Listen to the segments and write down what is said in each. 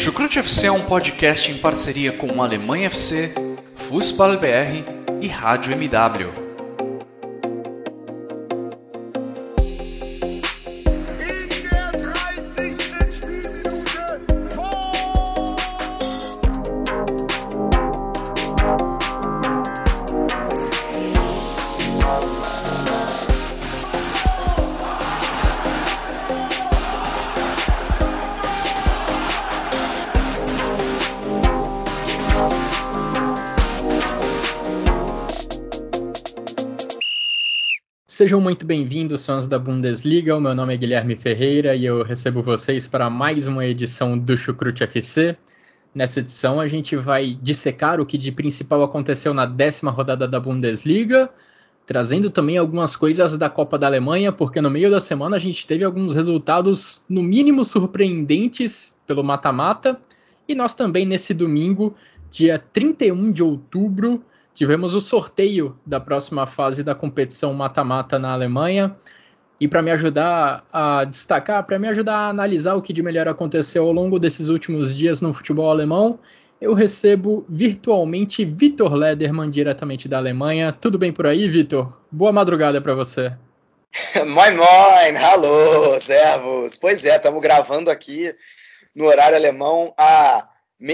Chucrute FC é um podcast em parceria com Alemanha FC, Fußball BR e Rádio MW. Sejam muito bem-vindos, fãs da Bundesliga. O meu nome é Guilherme Ferreira e eu recebo vocês para mais uma edição do Chucrute FC. Nessa edição a gente vai dissecar o que de principal aconteceu na 10ª rodada da Bundesliga, trazendo também algumas coisas da Copa da Alemanha, porque no meio da semana a gente teve alguns resultados no mínimo surpreendentes pelo mata-mata, e nós também nesse domingo, dia 31 de outubro, tivemos o sorteio da próxima fase da competição mata-mata na Alemanha. E para me ajudar a destacar, para me ajudar a analisar o que de melhor aconteceu ao longo desses últimos dias no futebol alemão, eu recebo virtualmente Vitor Lederman, diretamente da Alemanha. Tudo bem por aí, Vitor? Boa madrugada para você. Moin, moin, alô, servus. Pois é, estamos gravando aqui no horário alemão à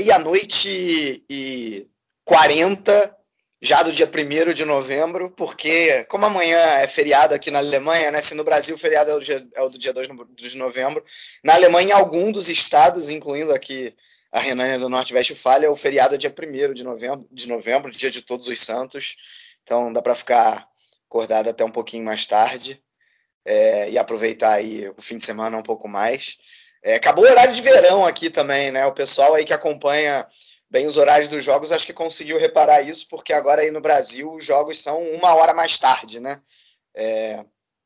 00:40, já do dia 1º de novembro, porque como amanhã é feriado aqui na Alemanha, né, se no Brasil o feriado é o do dia 2 de novembro, na Alemanha em algum dos estados, incluindo aqui a Renânia do Norte-Westfália, o feriado é dia 1º de novembro, dia de Todos os Santos, então dá para ficar acordado até um pouquinho mais tarde e aproveitar aí o fim de semana um pouco mais. Acabou o horário de verão aqui também, né, o pessoal aí que acompanha bem os horários dos jogos, acho que conseguiu reparar isso, porque agora aí no Brasil os jogos são 1 hora mais tarde, né? É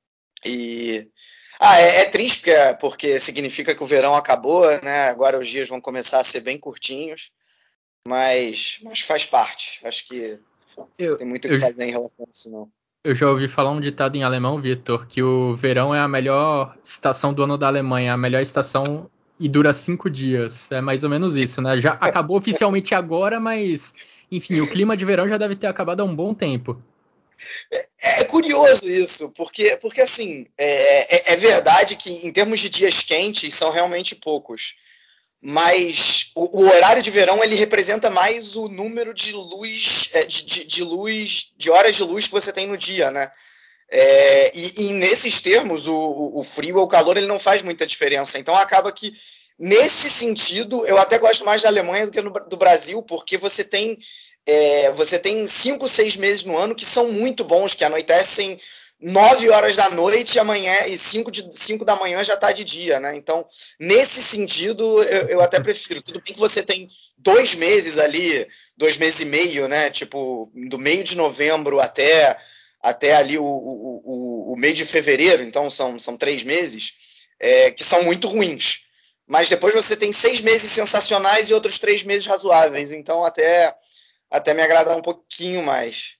triste porque significa que o verão acabou, né? Agora os dias vão começar a ser bem curtinhos, mas faz parte. Acho que tem muito o que fazer em relação a isso, não. Eu já ouvi falar um ditado em alemão, Vitor, que o verão é a melhor estação do ano da Alemanha, a melhor estação e dura 5 dias. É mais ou menos isso, né? Já acabou oficialmente agora, mas, enfim, o clima de verão já deve ter acabado há um bom tempo. É curioso isso, porque assim, é verdade que em termos de dias quentes são realmente poucos, mas o horário de verão ele representa mais o número de luz, de horas de luz que você tem no dia, né? E nesses termos, o frio ou o calor ele não faz muita diferença. Então acaba que, nesse sentido, eu até gosto mais da Alemanha do que do Brasil, porque você tem 5, 6 meses no ano que são muito bons, que anoitecem 9 horas da noite e 5 da manhã já está de dia, né? Então, nesse sentido, eu até prefiro. Tudo bem que você tem 2 meses ali, 2 meses e meio, né? Tipo, do meio de novembro até ali o meio de fevereiro, então são 3 meses, que são muito ruins. Mas depois você tem 6 meses sensacionais e outros 3 meses razoáveis, então até me agrada um pouquinho mais.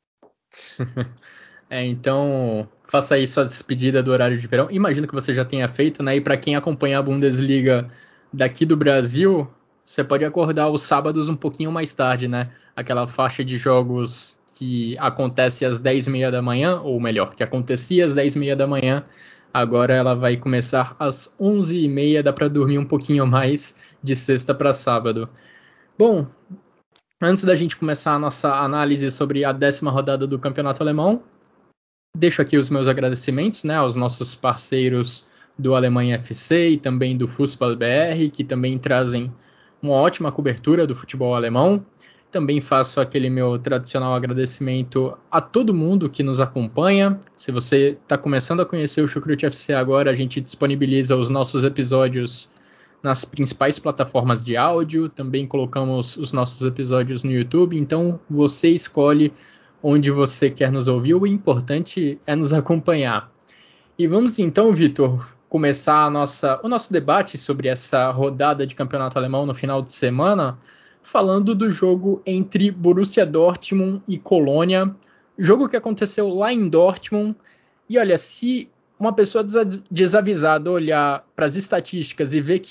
Então, faça aí sua despedida do horário de verão. Imagino que você já tenha feito, né? E para quem acompanha a Bundesliga daqui do Brasil, você pode acordar os sábados um pouquinho mais tarde, né? Aquela faixa de jogos que acontece às 10h30 da manhã, ou melhor, que acontecia às 10h30 da manhã, agora ela vai começar às 11h30, dá para dormir um pouquinho mais de sexta para sábado. Bom, antes da gente começar a nossa análise sobre a 10ª rodada do Campeonato Alemão, deixo aqui os meus agradecimentos, né, aos nossos parceiros do Alemanha FC e também do Fußball BR, que também trazem uma ótima cobertura do futebol alemão. Também faço aquele meu tradicional agradecimento a todo mundo que nos acompanha. Se você está começando a conhecer o Chucrute FC agora, a gente disponibiliza os nossos episódios nas principais plataformas de áudio. Também colocamos os nossos episódios no YouTube, então você escolhe onde você quer nos ouvir. O importante é nos acompanhar. E vamos então, Vitor, começar o nosso debate sobre essa rodada de campeonato alemão no final de semana, falando do jogo entre Borussia Dortmund e Colônia, jogo que aconteceu lá em Dortmund. E olha, se uma pessoa desavisada olhar para as estatísticas e ver que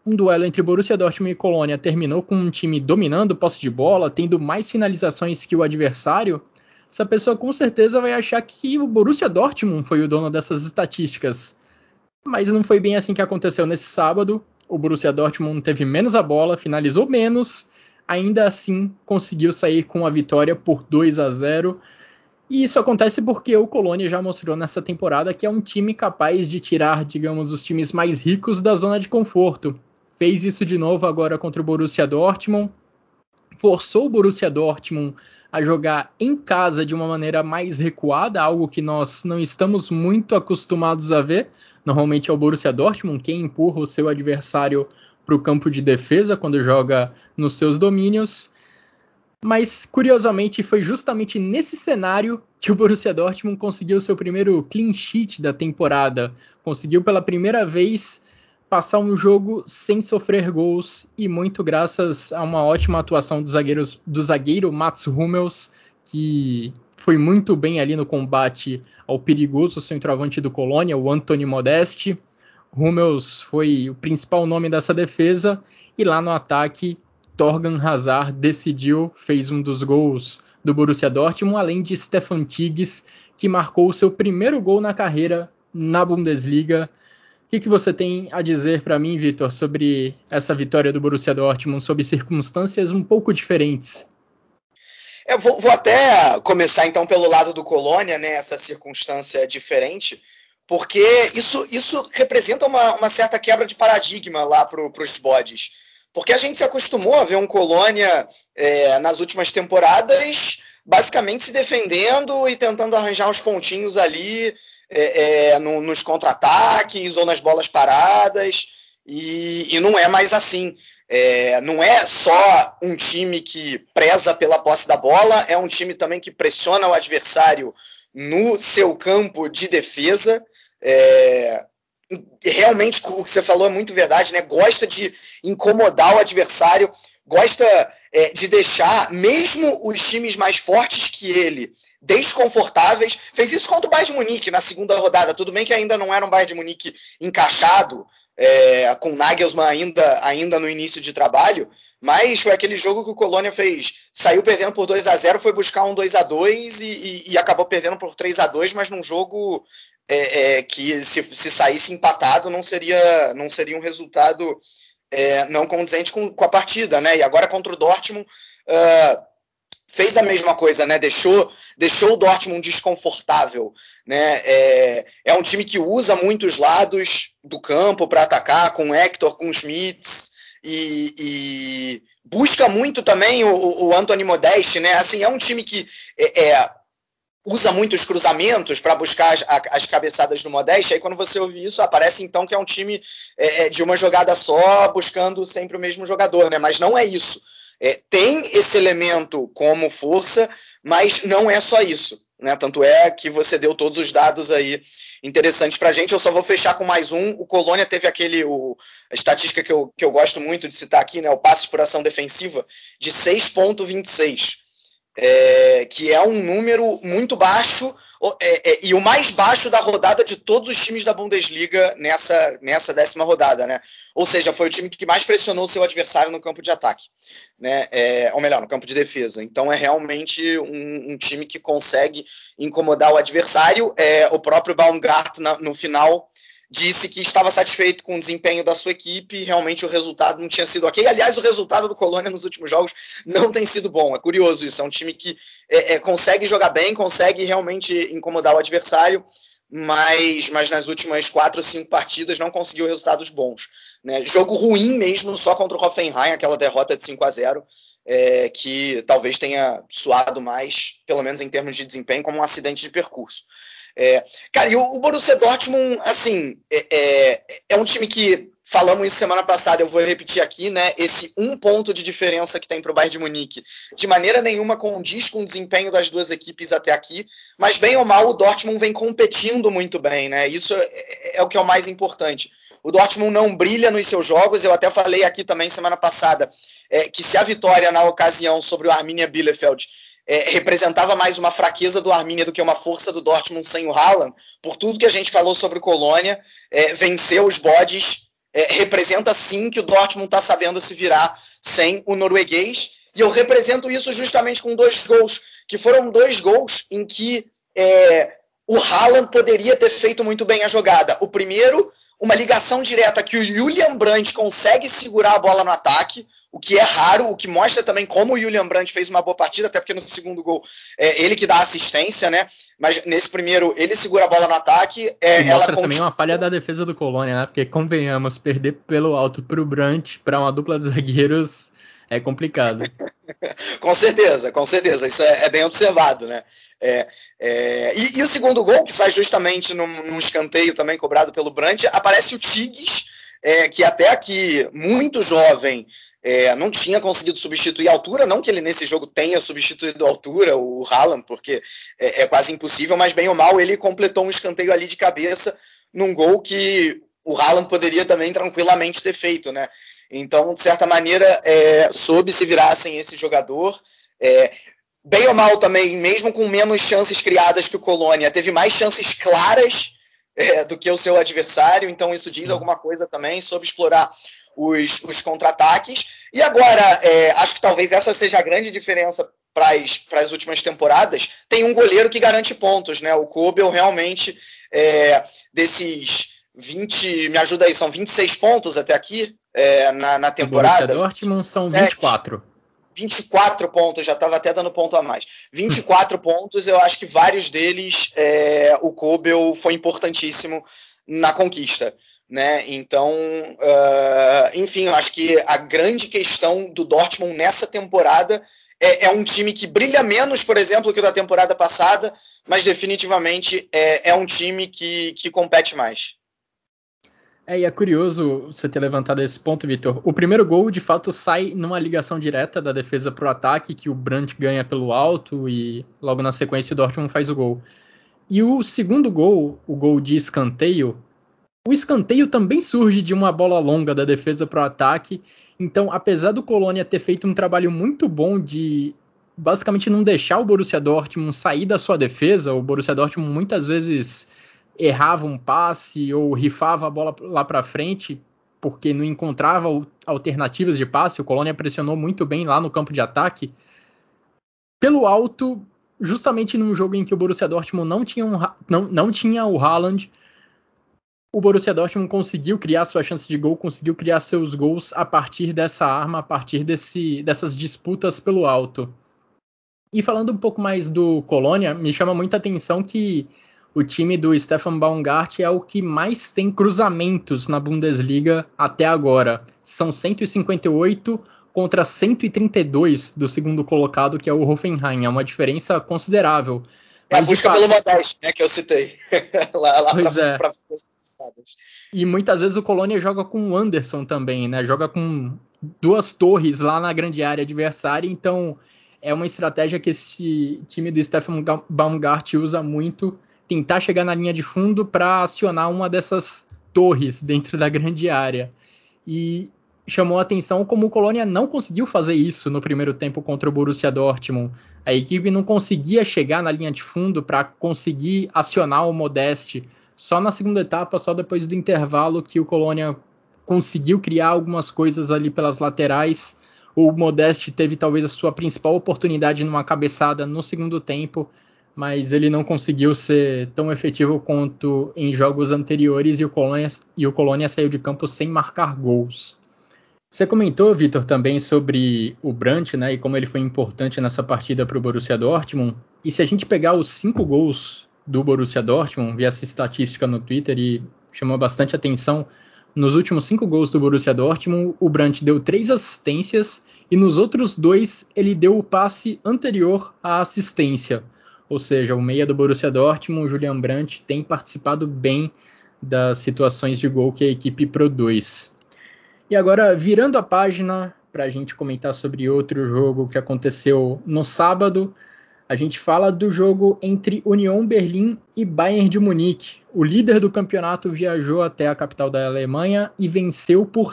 um duelo entre Borussia Dortmund e Colônia terminou com um time dominando posse de bola, tendo mais finalizações que o adversário, essa pessoa com certeza vai achar que o Borussia Dortmund foi o dono dessas estatísticas. Mas não foi bem assim que aconteceu nesse sábado. O Borussia Dortmund teve menos a bola, finalizou menos, ainda assim conseguiu sair com a vitória por 2-0. E isso acontece porque o Colônia já mostrou nessa temporada que é um time capaz de tirar, digamos, os times mais ricos da zona de conforto. Fez isso de novo agora contra o Borussia Dortmund, forçou o Borussia Dortmund a jogar em casa de uma maneira mais recuada, algo que nós não estamos muito acostumados a ver. Normalmente é o Borussia Dortmund quem empurra o seu adversário para o campo de defesa quando joga nos seus domínios. Mas, curiosamente, foi justamente nesse cenário que o Borussia Dortmund conseguiu seu primeiro clean sheet da temporada. Conseguiu pela primeira vez passar um jogo sem sofrer gols, e muito graças a uma ótima atuação do zagueiro Mats Hummels, que foi muito bem ali no combate ao perigoso centroavante do Colônia, o Anthony Modeste. Hummels foi o principal nome dessa defesa, e lá no ataque Torgan Hazard decidiu, fez um dos gols do Borussia Dortmund, além de Stefan Tigges, que marcou o seu primeiro gol na carreira na Bundesliga. O que você tem a dizer para mim, Vitor, sobre essa vitória do Borussia Dortmund, sob circunstâncias um pouco diferentes? Eu vou até começar então pelo lado do Colônia, né, essa circunstância diferente, porque isso representa uma certa quebra de paradigma lá para os bodes. Porque a gente se acostumou a ver um Colônia nas últimas temporadas basicamente se defendendo e tentando arranjar uns pontinhos ali nos contra-ataques ou nas bolas paradas, e não é mais assim. Não é só um time que preza pela posse da bola, é um time também que pressiona o adversário no seu campo de defesa. Realmente o que você falou é muito verdade, né? Gosta de incomodar o adversário, gosta de deixar mesmo os times mais fortes que ele desconfortáveis. Fez isso contra o Bayern de Munique na segunda rodada. Tudo bem que ainda não era um Bayern de Munique encaixado, com Nagelsmann ainda no início de trabalho, mas foi aquele jogo que o Colônia saiu perdendo por 2-0, foi buscar um 2-2 e acabou perdendo por 3-2, mas num jogo que se saísse empatado não seria um resultado não condizente com a partida, né? E agora contra o Dortmund fez a mesma coisa, né? Deixou o Dortmund desconfortável, né? É um time que usa muitos lados do campo para atacar, com o Hector, com o Schmitz, e busca muito também o Anthony Modeste, né? Assim, é um time que usa muitos cruzamentos para buscar as cabeçadas do Modeste. Aí quando você ouve isso, parece então que é um time de uma jogada só, buscando sempre o mesmo jogador, né? Mas não é isso. Tem esse elemento como força, mas não é só isso, né? Tanto é que você deu todos os dados aí interessantes pra gente. Eu só vou fechar com mais um. O Colônia teve a estatística que eu gosto muito de citar aqui, né? O passes por ação defensiva de 6,26, que é um número muito baixo, e o mais baixo da rodada de todos os times da Bundesliga nessa 10ª rodada, né? Ou seja, foi o time que mais pressionou o seu adversário no campo de ataque, né? Ou melhor, no campo de defesa. Então é realmente um time que consegue incomodar o adversário. O próprio Baumgart, no final, disse que estava satisfeito com o desempenho da sua equipe e realmente o resultado não tinha sido ok. Aliás, o resultado do Colônia nos últimos jogos não tem sido bom. É curioso isso. É um time que consegue jogar bem, consegue realmente incomodar o adversário, mas nas últimas 4 ou 5 partidas não conseguiu resultados bons, né? Jogo ruim mesmo, só contra o Hoffenheim, aquela derrota de 5-0, que talvez tenha suado mais, pelo menos em termos de desempenho, como um acidente de percurso. Cara, e o Borussia Dortmund, assim, é um time que, falamos isso semana passada, eu vou repetir aqui, né? Esse 1 ponto de diferença que tem para o Bayern de Munique, de maneira nenhuma condiz com o desempenho das duas equipes até aqui, mas bem ou mal o Dortmund vem competindo muito bem, né? Isso é o que é o mais importante. O Dortmund não brilha nos seus jogos. Eu até falei aqui também semana passada que se a vitória na ocasião sobre o Arminia Bielefeld representava mais uma fraqueza do Arminia do que uma força do Dortmund sem o Haaland, por tudo que a gente falou sobre o Colônia, venceu os bodes representa sim que o Dortmund está sabendo se virar sem o norueguês, e eu represento isso justamente com 2 gols, que foram 2 gols em que o Haaland poderia ter feito muito bem a jogada. O primeiro, uma ligação direta que o Julian Brandt consegue segurar a bola no ataque, o que é raro, o que mostra também como o Julian Brandt fez uma boa partida, até porque no segundo gol ele que dá assistência, né? Mas nesse primeiro ele segura a bola no ataque. E mostra também uma falha da defesa do Colônia, né? Porque convenhamos, perder pelo alto para o Brandt, para uma dupla de zagueiros, é complicado. Com certeza. Isso é bem observado, né? E o segundo gol, que sai justamente num escanteio também cobrado pelo Brandt, aparece o Tigges, que até aqui, muito jovem, não tinha conseguido substituir a altura, não que ele nesse jogo tenha substituído a altura, o Haaland, porque é quase impossível, mas bem ou mal ele completou um escanteio ali de cabeça num gol que o Haaland poderia também tranquilamente ter feito, né? Então, de certa maneira, soube se virar sem esse jogador. Bem ou mal também, mesmo com menos chances criadas que o Colônia, teve mais chances claras do que o seu adversário, então isso diz alguma coisa também, soube explorar os contra-ataques. E agora, acho que talvez essa seja a grande diferença para as últimas temporadas. Tem um goleiro que garante pontos, né? O Kobel realmente, desses 20, me ajuda aí, são 26 pontos até aqui na temporada. O Dortmund são 24. 24 pontos, já estava até dando ponto a mais. 24 pontos, eu acho que vários deles o Kobel foi importantíssimo na conquista, né? Então, enfim, eu acho que a grande questão do Dortmund nessa temporada é um time que brilha menos, por exemplo, que o da temporada passada, mas definitivamente é um time que compete mais. E é curioso você ter levantado esse ponto, Vitor. O primeiro gol, de fato, sai numa ligação direta da defesa para o ataque, que o Brandt ganha pelo alto e logo na sequência o Dortmund faz o gol. E o segundo gol, o gol de escanteio, o escanteio também surge de uma bola longa da defesa para o ataque. Então, apesar do Colônia ter feito um trabalho muito bom de basicamente não deixar o Borussia Dortmund sair da sua defesa, o Borussia Dortmund muitas vezes errava um passe ou rifava a bola lá para frente porque não encontrava alternativas de passe. O Colônia pressionou muito bem lá no campo de ataque. Pelo alto, justamente num jogo em que o Borussia Dortmund não tinha o Haaland, o Borussia Dortmund conseguiu criar sua chance de gol, conseguiu criar seus gols a partir dessa arma, a partir dessas disputas pelo alto. E falando um pouco mais do Colônia, me chama muita atenção que o time do Stefan Baumgart é o que mais tem cruzamentos na Bundesliga até agora. São 158 contra 132 do segundo colocado, que é o Hoffenheim. É uma diferença considerável. A busca pelo Modeste, né, que eu citei. lá para as passadas. E muitas vezes o Colônia joga com o Anderson também, né? Joga com 2 torres lá na grande área adversária, então é uma estratégia que esse time do Stefan Baumgart usa muito, tentar chegar na linha de fundo para acionar uma dessas torres dentro da grande área. E chamou a atenção como o Colônia não conseguiu fazer isso no primeiro tempo contra o Borussia Dortmund. A equipe não conseguia chegar na linha de fundo para conseguir acionar o Modeste. Só na segunda etapa, só depois do intervalo, que o Colônia conseguiu criar algumas coisas ali pelas laterais. O Modeste teve talvez a sua principal oportunidade numa cabeçada no segundo tempo, mas ele não conseguiu ser tão efetivo quanto em jogos anteriores e o Colônia saiu de campo sem marcar gols. Você comentou, Vitor, também sobre o Brandt, né, e como ele foi importante nessa partida para o Borussia Dortmund. E se a gente pegar os 5 gols do Borussia Dortmund, vi essa estatística no Twitter e chamou bastante atenção, nos últimos 5 gols do Borussia Dortmund, o Brandt deu 3 assistências e nos outros 2 ele deu o passe anterior à assistência. Ou seja, o meia do Borussia Dortmund, o Julian Brandt, tem participado bem das situações de gol que a equipe produz. E agora, virando a página para a gente comentar sobre outro jogo que aconteceu no sábado, a gente fala do jogo entre Union Berlim e Bayern de Munique. O líder do campeonato viajou até a capital da Alemanha e venceu por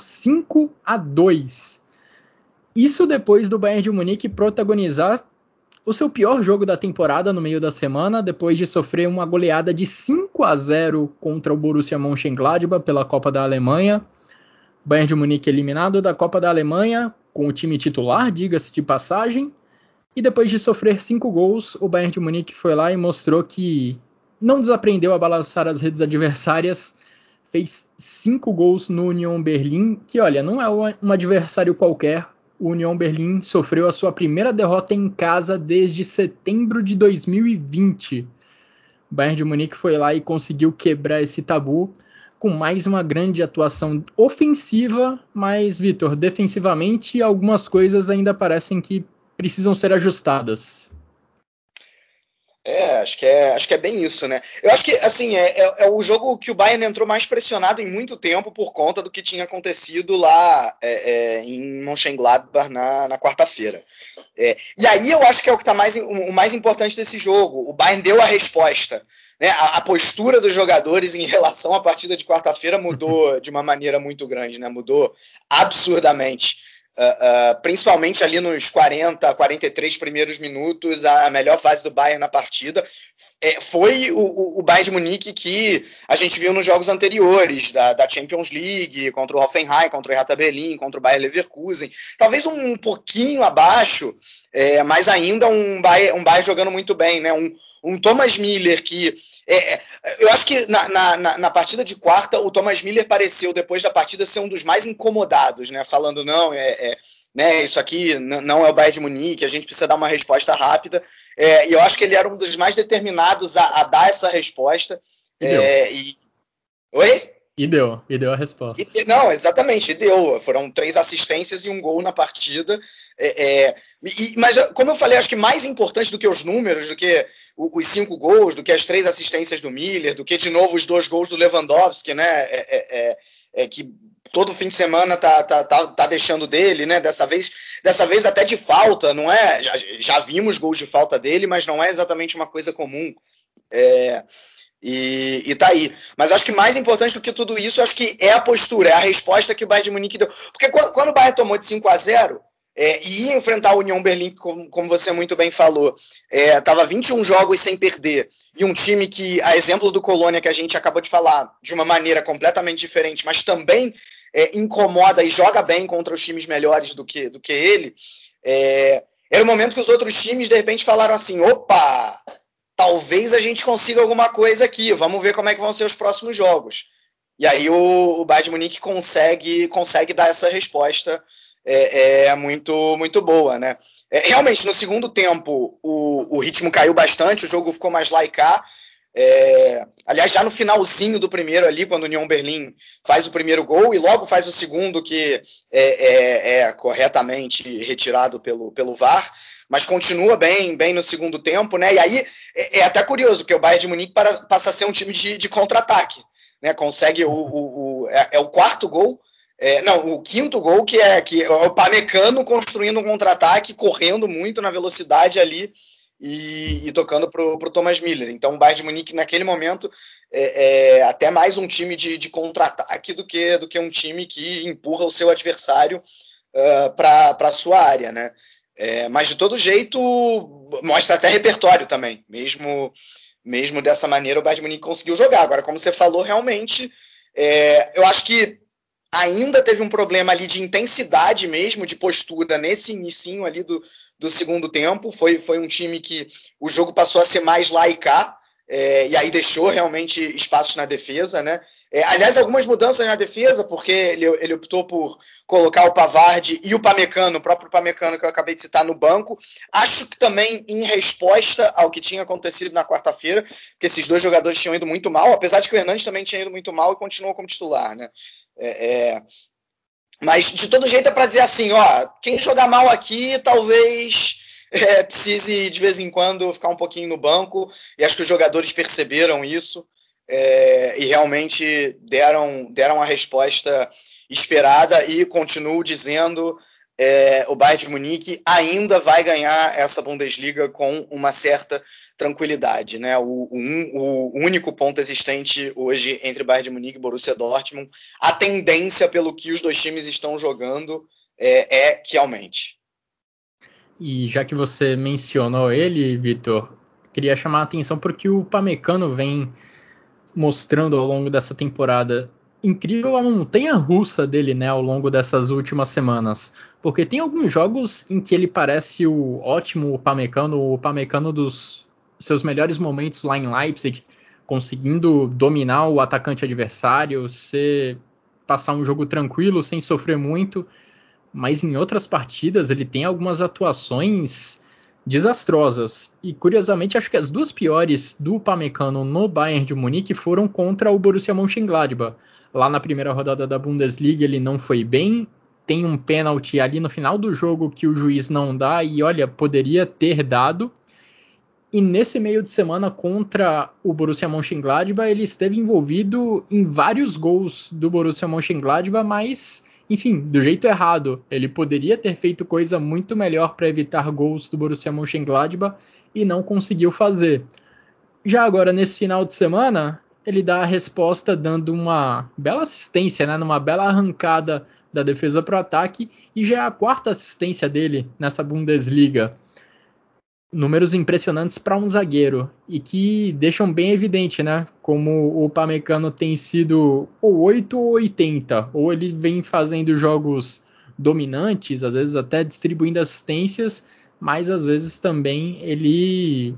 5-2. Isso depois do Bayern de Munique protagonizar o seu pior jogo da temporada no meio da semana, depois de sofrer uma goleada de 5-0 contra o Borussia Mönchengladbach pela Copa da Alemanha. Bayern de Munique eliminado da Copa da Alemanha, com o time titular, diga-se de passagem, e depois de sofrer 5 gols, o Bayern de Munique foi lá e mostrou que não desaprendeu a balançar as redes adversárias, fez 5 gols no Union Berlin, que olha, não é um adversário qualquer. O Union Berlin sofreu a sua primeira derrota em casa desde setembro de 2020. O Bayern de Munique foi lá e conseguiu quebrar esse tabu com mais uma grande atuação ofensiva, mas, Vitor, defensivamente algumas coisas ainda parecem que precisam ser ajustadas. Acho que é bem isso, né? Eu acho que, assim, é o jogo que o Bayern entrou mais pressionado em muito tempo por conta do que tinha acontecido lá em Mönchengladbach na quarta-feira. E aí eu acho que é o que está o mais importante desse jogo. O Bayern deu a resposta. Né? A postura dos jogadores em relação à partida de quarta-feira mudou de uma maneira muito grande, né? Mudou absurdamente. Principalmente ali nos 40, 43 primeiros minutos, a melhor fase do Bayern na partida foi o Bayern de Munique que a gente viu nos jogos anteriores da Champions League, contra o Hoffenheim, contra o Hertha Berlin, contra o Bayer Leverkusen, talvez um pouquinho abaixo, mas ainda um Bayern jogando muito bem, né? Um Thomas Müller que eu acho que na partida de quarta o Thomas Müller pareceu depois da partida ser um dos mais incomodados, né? Falando não, né, isso aqui não é o Bayern de Munique, a gente precisa dar uma resposta rápida. E eu acho que ele era um dos mais determinados a dar essa resposta. E deu. Oi? E deu a resposta. Não, exatamente, deu. Foram 3 assistências e um gol na partida. Mas, como eu falei, acho que mais importante do que os números, do que os 5 gols, do que as 3 assistências do Miller, do que, de novo, os 2 gols do Lewandowski, né? Que todo fim de semana tá deixando dele, né? Dessa vez até de falta, não é? Já vimos gols de falta dele, mas não é exatamente uma coisa comum. E tá aí. Mas acho que mais importante do que tudo isso, acho que é a postura, é a resposta que o Bayern de Munique deu. Porque quando o Bayern tomou de 5-0 e ia enfrentar o Union Berlin, como você muito bem falou, estava 21 jogos sem perder, e um time que, a exemplo do Colônia que a gente acabou de falar, de uma maneira completamente diferente, mas também incomoda e joga bem contra os times melhores do que ele, era o momento que os outros times de repente falaram assim, opa, talvez a gente consiga alguma coisa aqui, vamos ver como é que vão ser os próximos jogos. E aí o Bayern de Munique consegue dar essa resposta muito, muito boa, né? Realmente, no segundo tempo, o ritmo caiu bastante, o jogo ficou mais lá e cá. Aliás, já no finalzinho do primeiro ali, quando o Union Berlin faz o primeiro gol e logo faz o segundo, que é corretamente retirado pelo VAR, mas continua bem no segundo tempo, né? E aí é até curioso, porque o Bayern de Munique passa a ser um time de contra-ataque, né? Consegue o quarto gol, o quinto gol, que é o Pamecano construindo um contra-ataque, correndo muito na velocidade ali e tocando pro Thomas Müller. Então o Bayern de Munique naquele momento até mais um time de contra-ataque do que um time que empurra o seu adversário para a sua área, né? Mas de todo jeito mostra até repertório também, mesmo dessa maneira o Bayern de Munique conseguiu jogar. Agora, como você falou, realmente eu acho que ainda teve um problema ali de intensidade mesmo, de postura nesse inicinho ali do segundo tempo. Foi um time que o jogo passou a ser mais lá e cá, e aí deixou realmente espaços na defesa, né? Aliás, algumas mudanças na defesa, porque ele optou por colocar o Pavard e o Pamecano, o próprio Pamecano que eu acabei de citar, no banco. Acho que também em resposta ao que tinha acontecido na quarta-feira, porque esses dois jogadores tinham ido muito mal, apesar de que o Hernandes também tinha ido muito mal e continuou como titular, né? Mas de todo jeito é para dizer assim, ó, quem jogar mal aqui talvez precise de vez em quando ficar um pouquinho no banco, e acho que os jogadores perceberam isso e realmente deram a resposta esperada, e continuo dizendo, o Bayern de Munique ainda vai ganhar essa Bundesliga com uma certa tranquilidade, né? O único ponto existente hoje entre Bayern de Munique e Borussia Dortmund, a tendência pelo que os dois times estão jogando é que aumente. E já que você mencionou ele, Vitor, queria chamar a atenção porque o Pamecano vem mostrando ao longo dessa temporada incrível a montanha-russa dele, né, ao longo dessas últimas semanas. Porque tem alguns jogos em que ele parece o ótimo Upamecano dos seus melhores momentos lá em Leipzig, conseguindo dominar o atacante adversário, passar um jogo tranquilo, sem sofrer muito. Mas em outras partidas ele tem algumas atuações desastrosas. E curiosamente, acho que as duas piores do Upamecano no Bayern de Munique foram contra o Borussia Mönchengladbach. Lá na primeira rodada da Bundesliga ele não foi bem, tem um pênalti ali no final do jogo que o juiz não dá e olha, poderia ter dado. E nesse meio de semana contra o Borussia Mönchengladbach ele esteve envolvido em vários gols do Borussia Mönchengladbach, mas enfim, do jeito errado. Ele poderia ter feito coisa muito melhor para evitar gols do Borussia Mönchengladbach e não conseguiu fazer. Já agora, nesse final de semana, ele dá a resposta dando uma bela assistência, né, numa bela arrancada da defesa para o ataque, e já é a quarta assistência dele nessa Bundesliga. Números impressionantes para um zagueiro e que deixam bem evidente, né, como o Upamecano tem sido ou 8 ou 80, ou ele vem fazendo jogos dominantes, às vezes até distribuindo assistências, mas às vezes também ele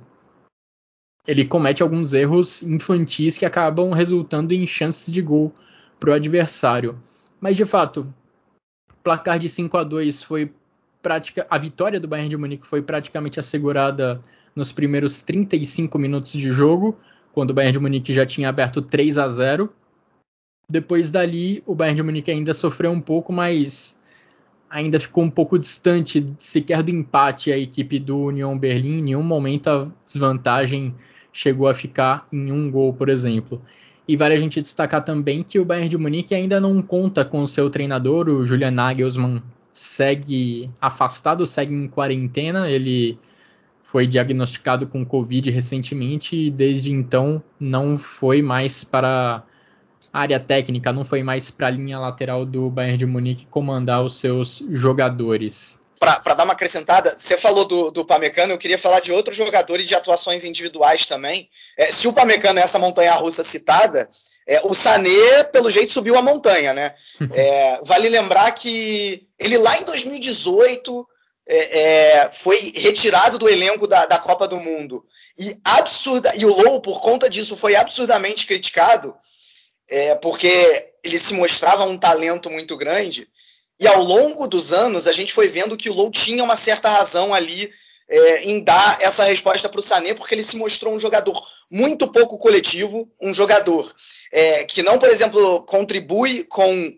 comete alguns erros infantis que acabam resultando em chances de gol para o adversário. Mas de fato, o placar de 5-2 foi a vitória do Bayern de Munique foi praticamente assegurada nos primeiros 35 minutos de jogo, quando o Bayern de Munique já tinha aberto 3-0. Depois dali, o Bayern de Munique ainda sofreu um pouco, mas ainda ficou um pouco distante sequer do empate a equipe do Union Berlim. Em nenhum momento a desvantagem chegou a ficar em um gol, por exemplo. E vale a gente destacar também que o Bayern de Munique ainda não conta com o seu treinador, o Julian Nagelsmann, segue afastado, segue em quarentena. Ele foi diagnosticado com Covid recentemente e desde então não foi mais para a área técnica, não foi mais para a linha lateral do Bayern de Munique comandar os seus jogadores. Para dar uma acrescentada, você falou do Upamecano, eu queria falar de outro jogador e de atuações individuais também. Se o Upamecano é essa montanha-russa citada, o Sané, pelo jeito, subiu a montanha, né? Vale lembrar que ele lá em 2018 foi retirado do elenco da Copa do Mundo. E o Low, por conta disso, foi absurdamente criticado, porque ele se mostrava um talento muito grande. E ao longo dos anos, a gente foi vendo que o Low tinha uma certa razão ali em dar essa resposta para o Sané, porque ele se mostrou um jogador muito pouco coletivo, um jogador que não, por exemplo, contribui com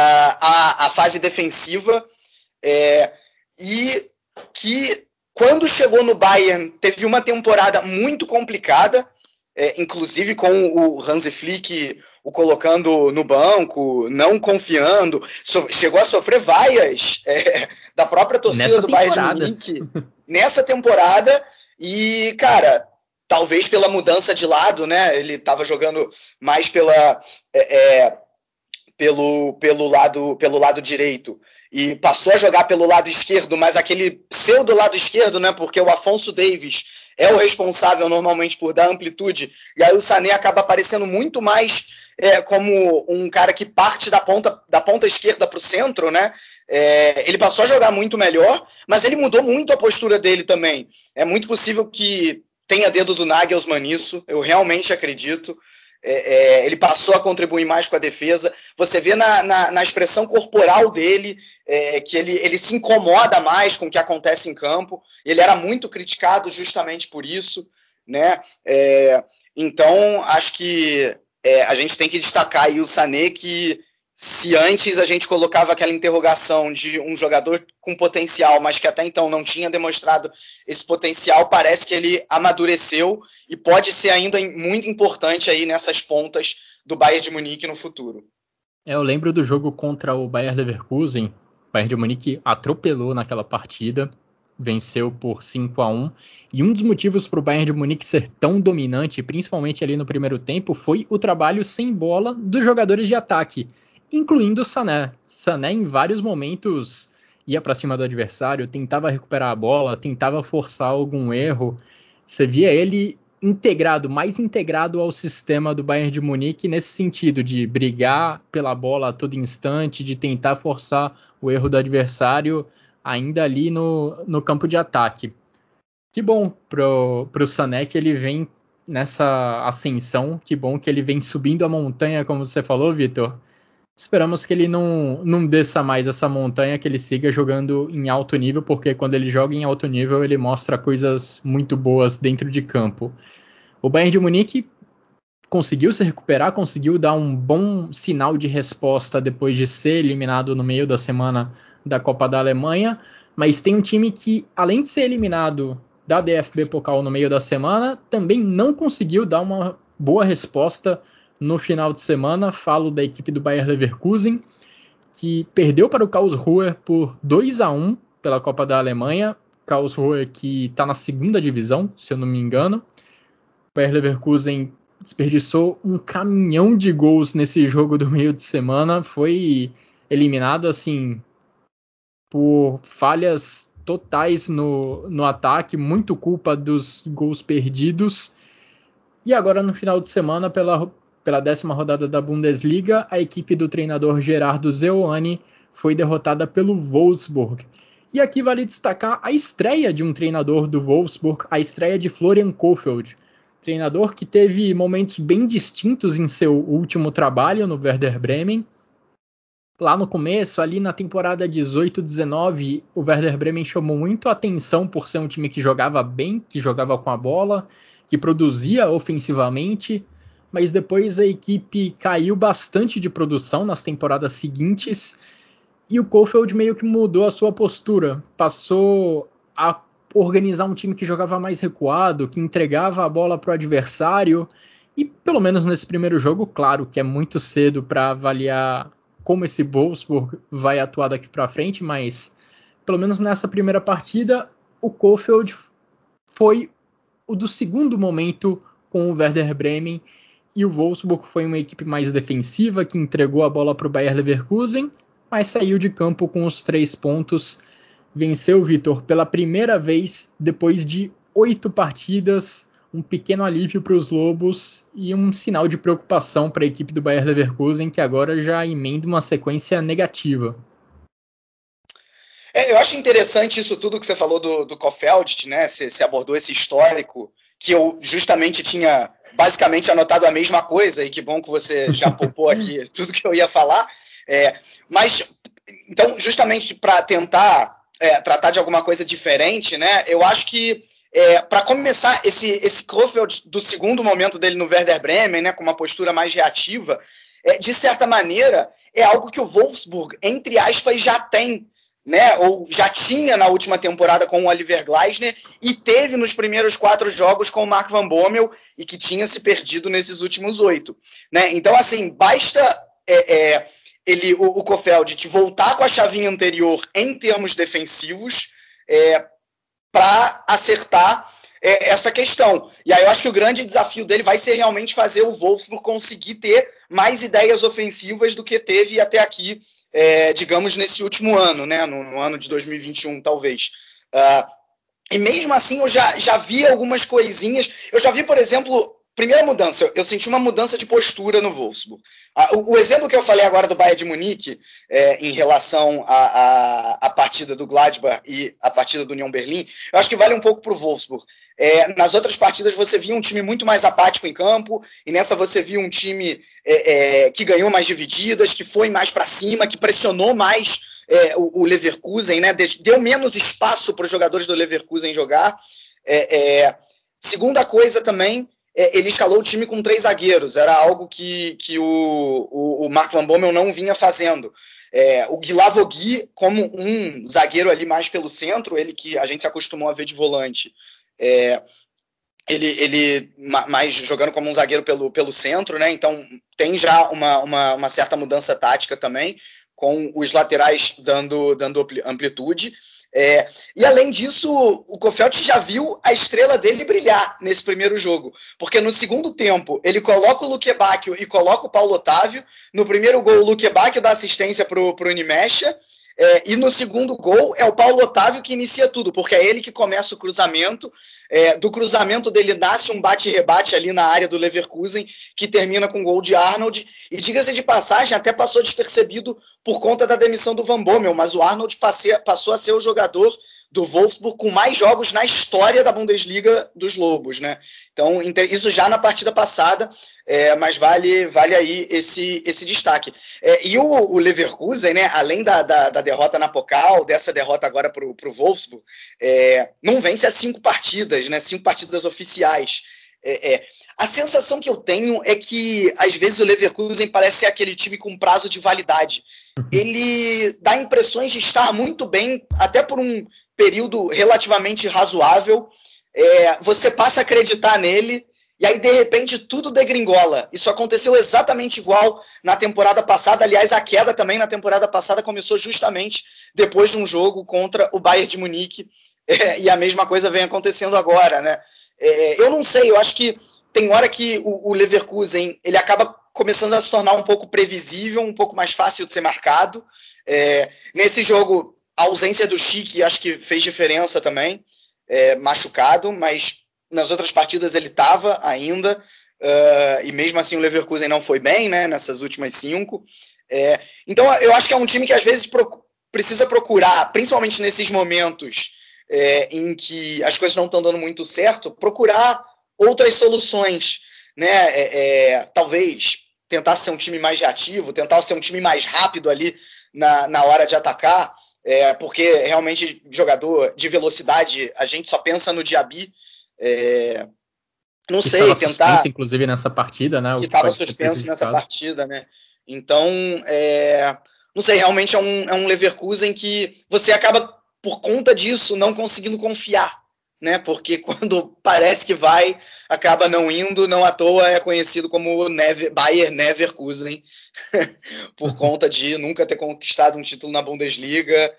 a fase defensiva, e que, quando chegou no Bayern, teve uma temporada muito complicada, inclusive com o Hansi Flick o colocando no banco, não confiando, chegou a sofrer vaias da própria torcida do Bayern de Munique nessa temporada. E, cara, talvez pela mudança de lado, né? Ele estava jogando mais pelo lado direito e passou a jogar pelo lado esquerdo, mas aquele pseudo lado esquerdo, né? Porque o Afonso Davies é o responsável normalmente por dar amplitude, e aí o Sané acaba aparecendo muito mais como um cara que parte da ponta esquerda para o centro, né? Ele passou a jogar muito melhor, mas ele mudou muito a postura dele também. É muito possível que tenha dedo do Nagelsmann nisso, eu realmente acredito. Ele passou a contribuir mais com a defesa. Você vê na expressão corporal dele que ele se incomoda mais com o que acontece em campo. Ele era muito criticado justamente por isso, né? Então, acho que a gente tem que destacar aí o Sané, que se antes a gente colocava aquela interrogação de um jogador com potencial, mas que até então não tinha demonstrado esse potencial, parece que ele amadureceu e pode ser ainda muito importante aí nessas pontas do Bayern de Munique no futuro. Eu lembro do jogo contra o Bayer Leverkusen. O Bayern de Munique atropelou naquela partida, venceu por 5-1, e um dos motivos para o Bayern de Munique ser tão dominante, principalmente ali no primeiro tempo, foi o trabalho sem bola dos jogadores de ataque, incluindo o Sané. Sané em vários momentos ia para cima do adversário, tentava recuperar a bola, tentava forçar algum erro. Você via ele mais integrado ao sistema do Bayern de Munique nesse sentido de brigar pela bola a todo instante, de tentar forçar o erro do adversário ainda ali no campo de ataque. Que bom pro Sané que ele vem nessa ascensão, que bom que ele vem subindo a montanha, como você falou, Vitor. Esperamos que ele não desça mais essa montanha, que ele siga jogando em alto nível, porque quando ele joga em alto nível, ele mostra coisas muito boas dentro de campo. O Bayern de Munique conseguiu se recuperar, conseguiu dar um bom sinal de resposta depois de ser eliminado no meio da semana da Copa da Alemanha, mas tem um time que, além de ser eliminado da DFB Pokal no meio da semana, também não conseguiu dar uma boa resposta no final de semana. Falo da equipe do Bayer Leverkusen, que perdeu para o Karlsruhe por 2-1 pela Copa da Alemanha. Karlsruhe que está na segunda divisão, se eu não me engano. O Bayer Leverkusen desperdiçou um caminhão de gols nesse jogo do meio de semana. Foi eliminado assim por falhas totais no ataque, muito culpa dos gols perdidos. E agora no final de semana, pela 10ª rodada da Bundesliga, a equipe do treinador Gerardo Seoane foi derrotada pelo Wolfsburg. E aqui vale destacar a estreia de um treinador do Wolfsburg, a estreia de Florian Kohfeldt, treinador que teve momentos bem distintos em seu último trabalho no Werder Bremen. Lá no começo, ali na temporada 18-19, o Werder Bremen chamou muito a atenção por ser um time que jogava bem, que jogava com a bola, que produzia ofensivamente, mas depois a equipe caiu bastante de produção nas temporadas seguintes e o Kohfeldt meio que mudou a sua postura, passou a organizar um time que jogava mais recuado, que entregava a bola para o adversário, e pelo menos nesse primeiro jogo, claro que é muito cedo para avaliar como esse Wolfsburg vai atuar daqui para frente, mas pelo menos nessa primeira partida, o Kohfeldt foi o do segundo momento com o Werder Bremen, e o Wolfsburg foi uma equipe mais defensiva, que entregou a bola para o Bayer Leverkusen, mas saiu de campo com os 3 pontos. Venceu o Vitor pela primeira vez depois de 8 partidas, um pequeno alívio para os Lobos e um sinal de preocupação para a equipe do Bayer Leverkusen, que agora já emenda uma sequência negativa. Eu acho interessante isso tudo que você falou do Kohfeldt, né? Você abordou esse histórico, que eu justamente tinha basicamente anotado a mesma coisa, e que bom que você já poupou aqui tudo que eu ia falar. Mas, então, justamente para tentar tratar de alguma coisa diferente, né? Eu acho que, para começar, esse Kohfeldt, do segundo momento dele no Werder Bremen, né, com uma postura mais reativa, de certa maneira, é algo que o Wolfsburg, entre aspas, já tem, né, ou já tinha na última temporada com o Oliver Glasner e teve nos primeiros 4 jogos com o Mark Van Bommel e que tinha se perdido nesses últimos 8. Né? Então, assim, basta o Kohfeldt voltar com a chavinha anterior em termos defensivos para acertar essa questão. E aí eu acho que o grande desafio dele vai ser realmente fazer o Wolfsburg conseguir ter mais ideias ofensivas do que teve até aqui, digamos, nesse último ano, né? No ano de 2021, talvez. E mesmo assim eu já vi algumas coisinhas. Eu já vi, por exemplo, primeira mudança, eu senti uma mudança de postura no Wolfsburg. O exemplo que eu falei agora do Bayern de Munique, em relação à partida do Gladbach e a partida do Union Berlim, eu acho que vale um pouco para o Wolfsburg. Nas outras partidas você via um time muito mais apático em campo, e nessa você via um time que ganhou mais divididas, que foi mais para cima, que pressionou mais o Leverkusen, né? Deu menos espaço para os jogadores do Leverkusen jogar. Segunda coisa também, ele escalou o time com 3 zagueiros, era algo que o Mark Van Bommel não vinha fazendo. O Guilavogui como um zagueiro ali mais pelo centro, ele que a gente se acostumou a ver de volante, ele mais jogando como um zagueiro pelo centro, né? Então tem já uma certa mudança tática também, com os laterais dando amplitude. E além disso, o Kohfeldt já viu a estrela dele brilhar nesse primeiro jogo, porque no segundo tempo ele coloca o Luque Bacchio e coloca o Paulo Otávio. No primeiro gol, o Luque Bacchio dá assistência para o Unimecha, e no segundo gol é o Paulo Otávio que inicia tudo, porque é ele que começa o cruzamento, Do cruzamento dele nasce um bate-rebate ali na área do Leverkusen, que termina com gol de Arnold. E diga-se de passagem, até passou despercebido por conta da demissão do Van Bommel, mas o Arnold passou a ser o jogador do Wolfsburg com mais jogos na história da Bundesliga dos Lobos, né? Então, isso já na partida passada, mas vale aí esse destaque. E o Leverkusen, né, além da derrota na Pokal, dessa derrota agora para o Wolfsburg, não vence há 5 partidas, né? 5 partidas oficiais. A sensação que eu tenho é que, às vezes, o Leverkusen parece ser aquele time com prazo de validade. Ele dá impressões de estar muito bem, até por um período relativamente razoável, você passa a acreditar nele, e aí, de repente, tudo degringola. Isso aconteceu exatamente igual na temporada passada. Aliás, a queda também na temporada passada começou justamente depois de um jogo contra o Bayern de Munique, e a mesma coisa vem acontecendo agora, né? Eu não sei, eu acho que tem hora que o Leverkusen ele acaba começando a se tornar um pouco previsível, um pouco mais fácil de ser marcado. Nesse jogo, a ausência do Schick acho que fez diferença também, machucado, mas nas outras partidas ele estava ainda, e mesmo assim o Leverkusen não foi bem, né, nessas últimas 5. Então eu acho que é um time que às vezes precisa procurar, principalmente nesses momentos em que as coisas não estão dando muito certo, procurar outras soluções, né? Talvez tentar ser um time mais reativo, tentar ser um time mais rápido ali na hora de atacar, porque realmente jogador de velocidade, a gente só pensa no Diaby. Não sei, tentar... suspenso, inclusive, nessa partida, né? Que estava suspenso nessa partida, né? Então, não sei, realmente é um Leverkusen que você acaba, por conta disso, não conseguindo confiar, né? Porque quando parece que vai, acaba não indo, não à toa é conhecido como Bayer Leverkusen, por conta de nunca ter conquistado um título na Bundesliga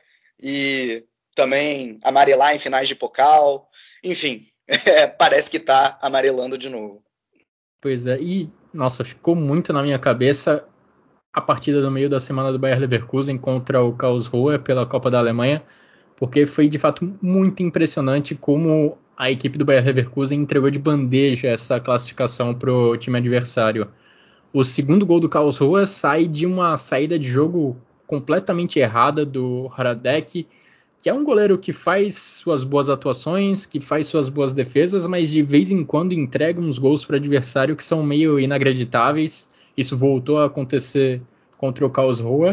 e também amarelar em finais de Pokal, enfim, parece que está amarelando de novo. Pois é, e nossa, ficou muito na minha cabeça a partida do meio da semana do Bayer Leverkusen contra o Karlsruhe pela Copa da Alemanha, porque foi de fato muito impressionante como a equipe do Bayer Leverkusen entregou de bandeja essa classificação para o time adversário. O segundo gol do Karlsruhe sai de uma saída de jogo completamente errada do Hradek, que é um goleiro que faz suas boas atuações, que faz suas boas defesas, mas de vez em quando entrega uns gols para o adversário que são meio inacreditáveis. Isso voltou a acontecer contra o Karlsruhe.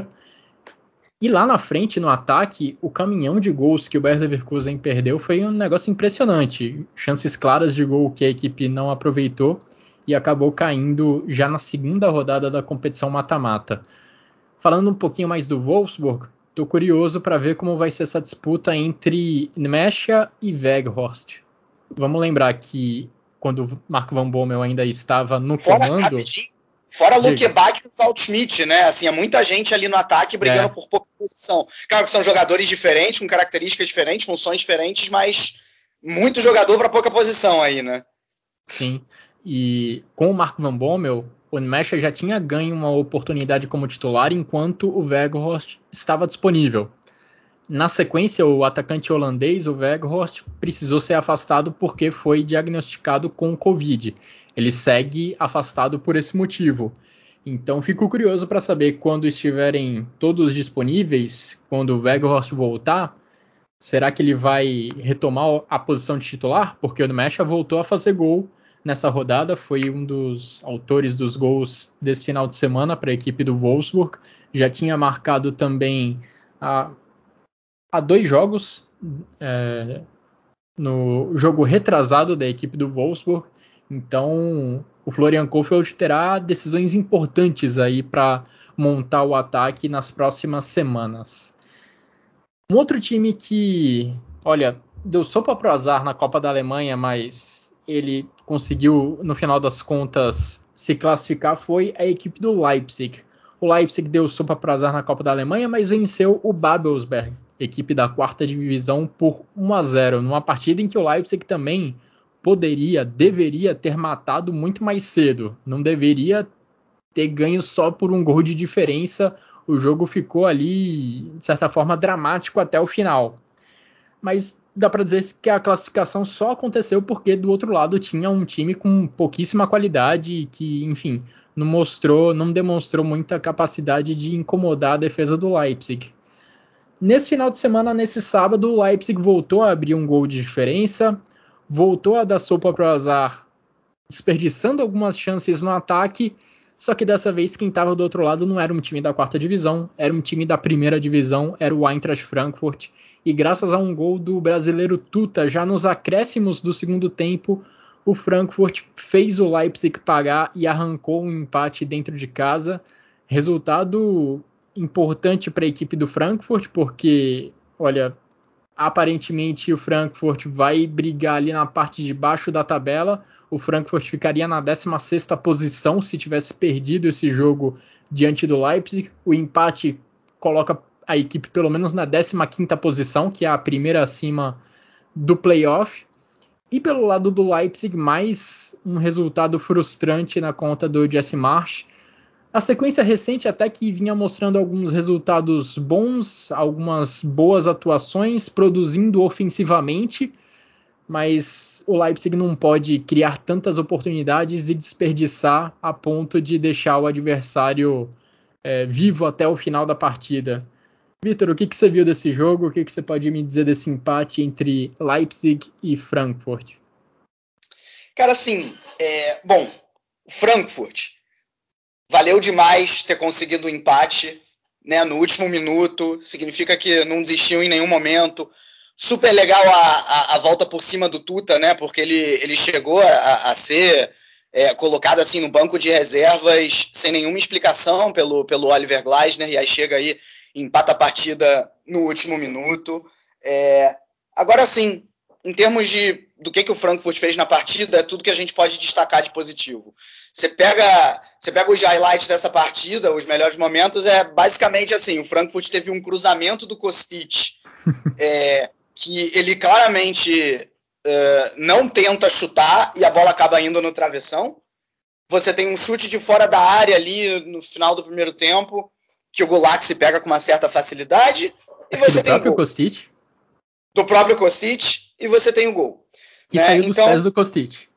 E lá na frente, no ataque, o caminhão de gols que o Bayer Leverkusen perdeu foi um negócio impressionante. Chances claras de gol que a equipe não aproveitou e acabou caindo já na segunda rodada da competição mata-mata. Falando um pouquinho mais do Wolfsburg, estou curioso para ver como vai ser essa disputa entre Nmecha e Weghorst. Vamos lembrar que quando o Marco Van Bommel ainda estava no comando... Fora Luke Bach e o Waldschmidt, né? Assim, é muita gente ali no ataque brigando por pouca posição. Claro que são jogadores diferentes, com características diferentes, funções diferentes, mas muito jogador para pouca posição aí, né? Sim, e com o Marco Van Bommel, o Nmecha já tinha ganho uma oportunidade como titular enquanto o Weghorst estava disponível. Na sequência, o atacante holandês, o Weghorst, precisou ser afastado porque foi diagnosticado com Covid. Ele segue afastado por esse motivo. Então, fico curioso para saber quando estiverem todos disponíveis, quando o Weghorst voltar, será que ele vai retomar a posição de titular? Porque o Nmecha voltou a fazer gol nessa rodada, foi um dos autores dos gols desse final de semana para a equipe do Wolfsburg. Já tinha marcado também há 2 jogos, no jogo retrasado da equipe do Wolfsburg. Então, o Florian Kohfeldt terá decisões importantes aí para montar o ataque nas próximas semanas. Um outro time que, olha, deu sopa pro azar na Copa da Alemanha, mas ele conseguiu, no final das contas, se classificar foi a equipe do Leipzig. O Leipzig deu sopa pro azar na Copa da Alemanha, mas venceu o Babelsberg, equipe da 4ª divisão, por 1-0, numa partida em que o Leipzig também deveria ter matado muito mais cedo. Não deveria ter ganho só por um gol de diferença. O jogo ficou ali, de certa forma, dramático até o final. Mas dá para dizer que a classificação só aconteceu porque do outro lado tinha um time com pouquíssima qualidade que, enfim, não demonstrou muita capacidade de incomodar a defesa do Leipzig. Nesse final de semana, nesse sábado, o Leipzig voltou a abrir um gol de diferença, voltou a dar sopa para o azar, desperdiçando algumas chances no ataque, só que dessa vez quem estava do outro lado não era um time da 4ª divisão, era um time da 1ª divisão, era o Eintracht Frankfurt, e graças a um gol do brasileiro Tuta, já nos acréscimos do segundo tempo, o Frankfurt fez o Leipzig pagar e arrancou um empate dentro de casa. Resultado importante para a equipe do Frankfurt, porque, olha, aparentemente o Frankfurt vai brigar ali na parte de baixo da tabela. O Frankfurt ficaria na 16ª posição se tivesse perdido esse jogo diante do Leipzig. O empate coloca a equipe pelo menos na 15ª posição, que é a primeira acima do playoff. E pelo lado do Leipzig, mais um resultado frustrante na conta do Jesse Marsch. A sequência recente até que vinha mostrando alguns resultados bons, algumas boas atuações, produzindo ofensivamente, mas o Leipzig não pode criar tantas oportunidades e desperdiçar a ponto de deixar o adversário vivo até o final da partida. Vitor, o que você viu desse jogo? O que você pode me dizer desse empate entre Leipzig e Frankfurt? Cara, assim, bom, Frankfurt valeu demais ter conseguido o empate, né, no último minuto, significa que não desistiu em nenhum momento. Super legal a volta por cima do Tuta, né, porque ele chegou a ser colocado assim no banco de reservas sem nenhuma explicação pelo Oliver Glasner, e aí chega aí e empata a partida no último minuto. Agora sim, em termos do que o Frankfurt fez na partida, é tudo que a gente pode destacar de positivo. Você pega os highlights dessa partida, os melhores momentos, basicamente assim, o Frankfurt teve um cruzamento do Kostic, que ele claramente não tenta chutar e a bola acaba indo no travessão. Você tem um chute de fora da área ali no final do primeiro tempo, que o Gulak se pega com uma certa facilidade, e você tem o gol. Kostic? Do próprio Kostic, e você tem o gol. Que saiu dos pés do Kostic.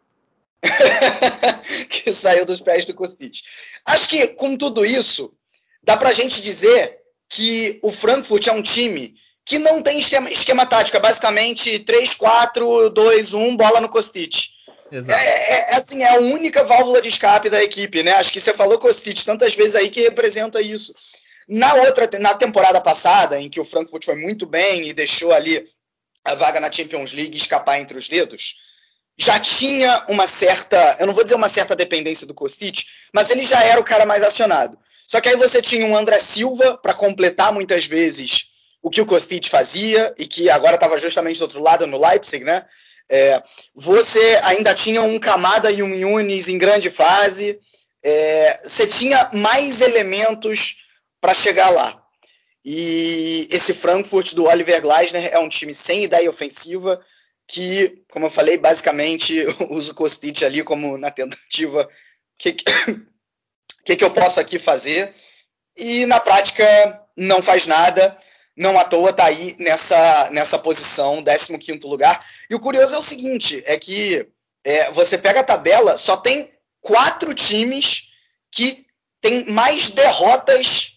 Que saiu dos pés do Kostic. Acho que com tudo isso, dá pra gente dizer que o Frankfurt é um time que não tem esquema tático, é basicamente 3-4-2-1, bola no Kostic. Assim, é a única válvula de escape da equipe, né? Acho que você falou Kostic tantas vezes aí que representa isso. Na temporada passada, em que o Frankfurt foi muito bem e deixou ali a vaga na Champions League escapar entre os dedos, já tinha uma certa, eu não vou dizer uma certa dependência do Kostic, mas ele já era o cara mais acionado. Só que aí você tinha um André Silva para completar muitas vezes o que o Kostic fazia, e que agora estava justamente do outro lado no Leipzig, né? Você ainda tinha um Kamada e um Yunis em grande fase, você tinha mais elementos para chegar lá. E esse Frankfurt do Oliver Glasner é um time sem ideia ofensiva, que, como eu falei, basicamente usa o Kostic ali como na tentativa, que eu posso aqui fazer, e na prática não faz nada, não à toa está aí nessa posição, 15º lugar. E o curioso é o seguinte, é que você pega a tabela, só tem 4 times que tem mais derrotas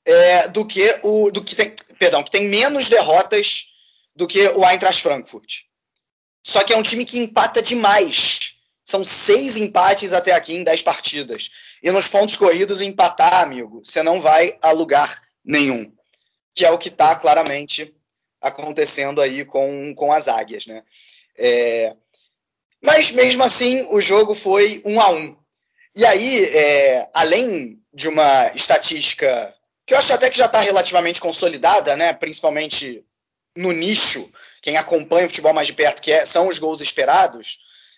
que tem menos derrotas do que o Eintracht Frankfurt. Só que é um time que empata demais. São 6 empates até aqui em 10 partidas. E nos pontos corridos, empatar, amigo, você não vai a lugar nenhum. Que é o que está claramente acontecendo aí com as Águias, né? Mas mesmo assim, o jogo foi 1-1. E aí, além de uma estatística que eu acho até que já está relativamente consolidada, né? Principalmente no nicho, quem acompanha o futebol mais de perto, são os gols esperados,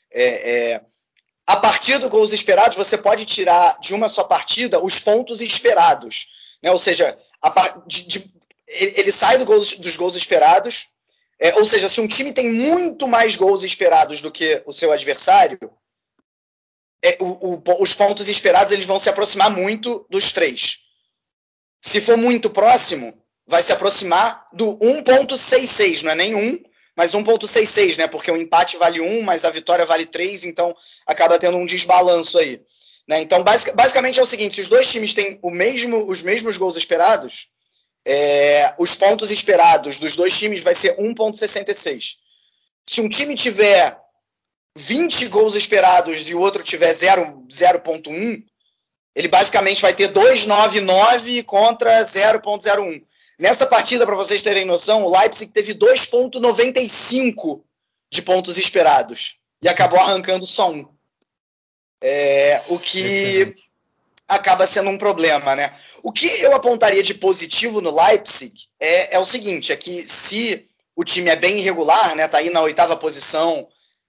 a partir dos gols esperados, você pode tirar de uma só partida os pontos esperados. Né? Ou seja, ele sai dos gols esperados, ou seja, se um time tem muito mais gols esperados do que o seu adversário, os pontos esperados eles vão se aproximar muito dos 3. Se for muito próximo, vai se aproximar do 1.66, não é nem 1, mas 1,66, né? Porque o empate vale 1, mas a vitória vale 3, então acaba tendo um desbalanço aí. Né? Então, basicamente é o seguinte, se os dois times têm os mesmos gols esperados, os pontos esperados dos dois times vai ser 1,66. Se um time tiver 20 gols esperados e o outro tiver 0,1, ele basicamente vai ter 2,99 contra 0,01. Nessa partida, para vocês terem noção, o Leipzig teve 2,95 de pontos esperados e acabou arrancando só 1. O que acaba sendo um problema, né? O que eu apontaria de positivo no Leipzig é o seguinte, é que se o time é bem irregular, né, tá aí na 8ª posição,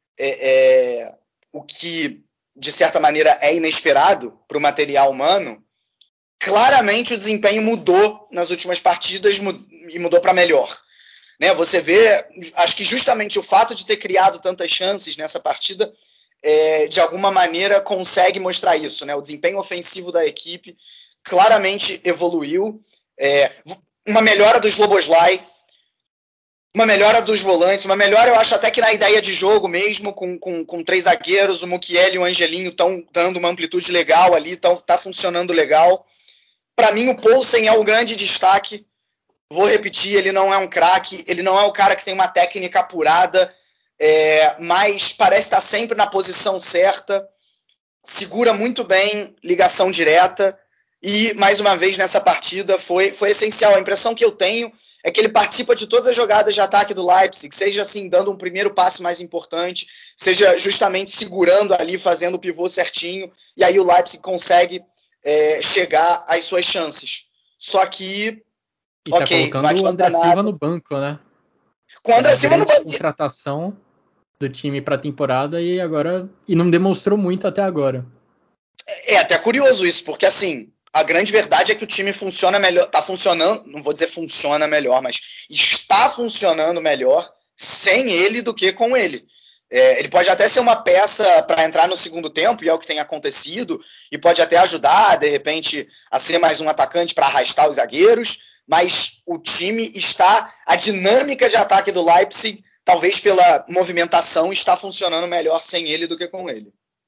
o que, de certa maneira, é inesperado para o material humano, claramente o desempenho mudou nas últimas partidas e mudou para melhor. Né? Você vê, acho que justamente o fato de ter criado tantas chances nessa partida, de alguma maneira consegue mostrar isso. Né? O desempenho ofensivo da equipe claramente evoluiu. Uma melhora do Szoboszlai, uma melhora dos volantes, uma melhora, eu acho até que na ideia de jogo mesmo, com 3 zagueiros, o Mukiele e o Angelinho estão dando uma amplitude legal ali, tá funcionando legal. Para mim, o Poulsen é o grande destaque. Vou repetir, ele não é um craque, ele não é o cara que tem uma técnica apurada, mas parece estar sempre na posição certa, segura muito bem ligação direta, e, mais uma vez, nessa partida foi essencial. A impressão que eu tenho é que ele participa de todas as jogadas de ataque do Leipzig, seja assim, dando um primeiro passe mais importante, seja justamente segurando ali, fazendo o pivô certinho, e aí o Leipzig consegue chegar às suas chances. Só que, e tá colocando o André Silva no banco, né? Com o André Silva no banco. Contratação do time para a temporada e não demonstrou muito até agora. É até curioso isso, porque assim, a grande verdade é que o time funciona melhor, tá funcionando, não vou dizer funciona melhor, mas está funcionando melhor sem ele do que com ele. Ele pode até ser uma peça para entrar no segundo tempo, e é o que tem acontecido, e pode até ajudar, de repente, a ser mais um atacante para arrastar os zagueiros, mas o time está, a dinâmica de ataque do Leipzig, talvez pela movimentação, está funcionando melhor sem ele do que com ele.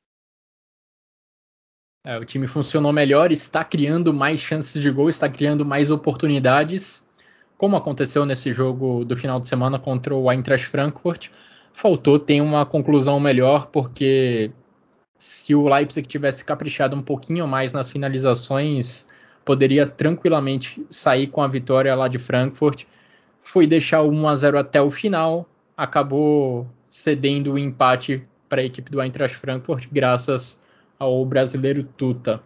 O time funcionou melhor, está criando mais chances de gol, está criando mais oportunidades, como aconteceu nesse jogo do final de semana contra o Eintracht Frankfurt. Faltou ter uma conclusão melhor, porque se o Leipzig tivesse caprichado um pouquinho mais nas finalizações, poderia tranquilamente sair com a vitória lá de Frankfurt. Foi deixar o 1-0 até o final, acabou cedendo o empate para a equipe do Eintracht Frankfurt, graças ao brasileiro Tuta.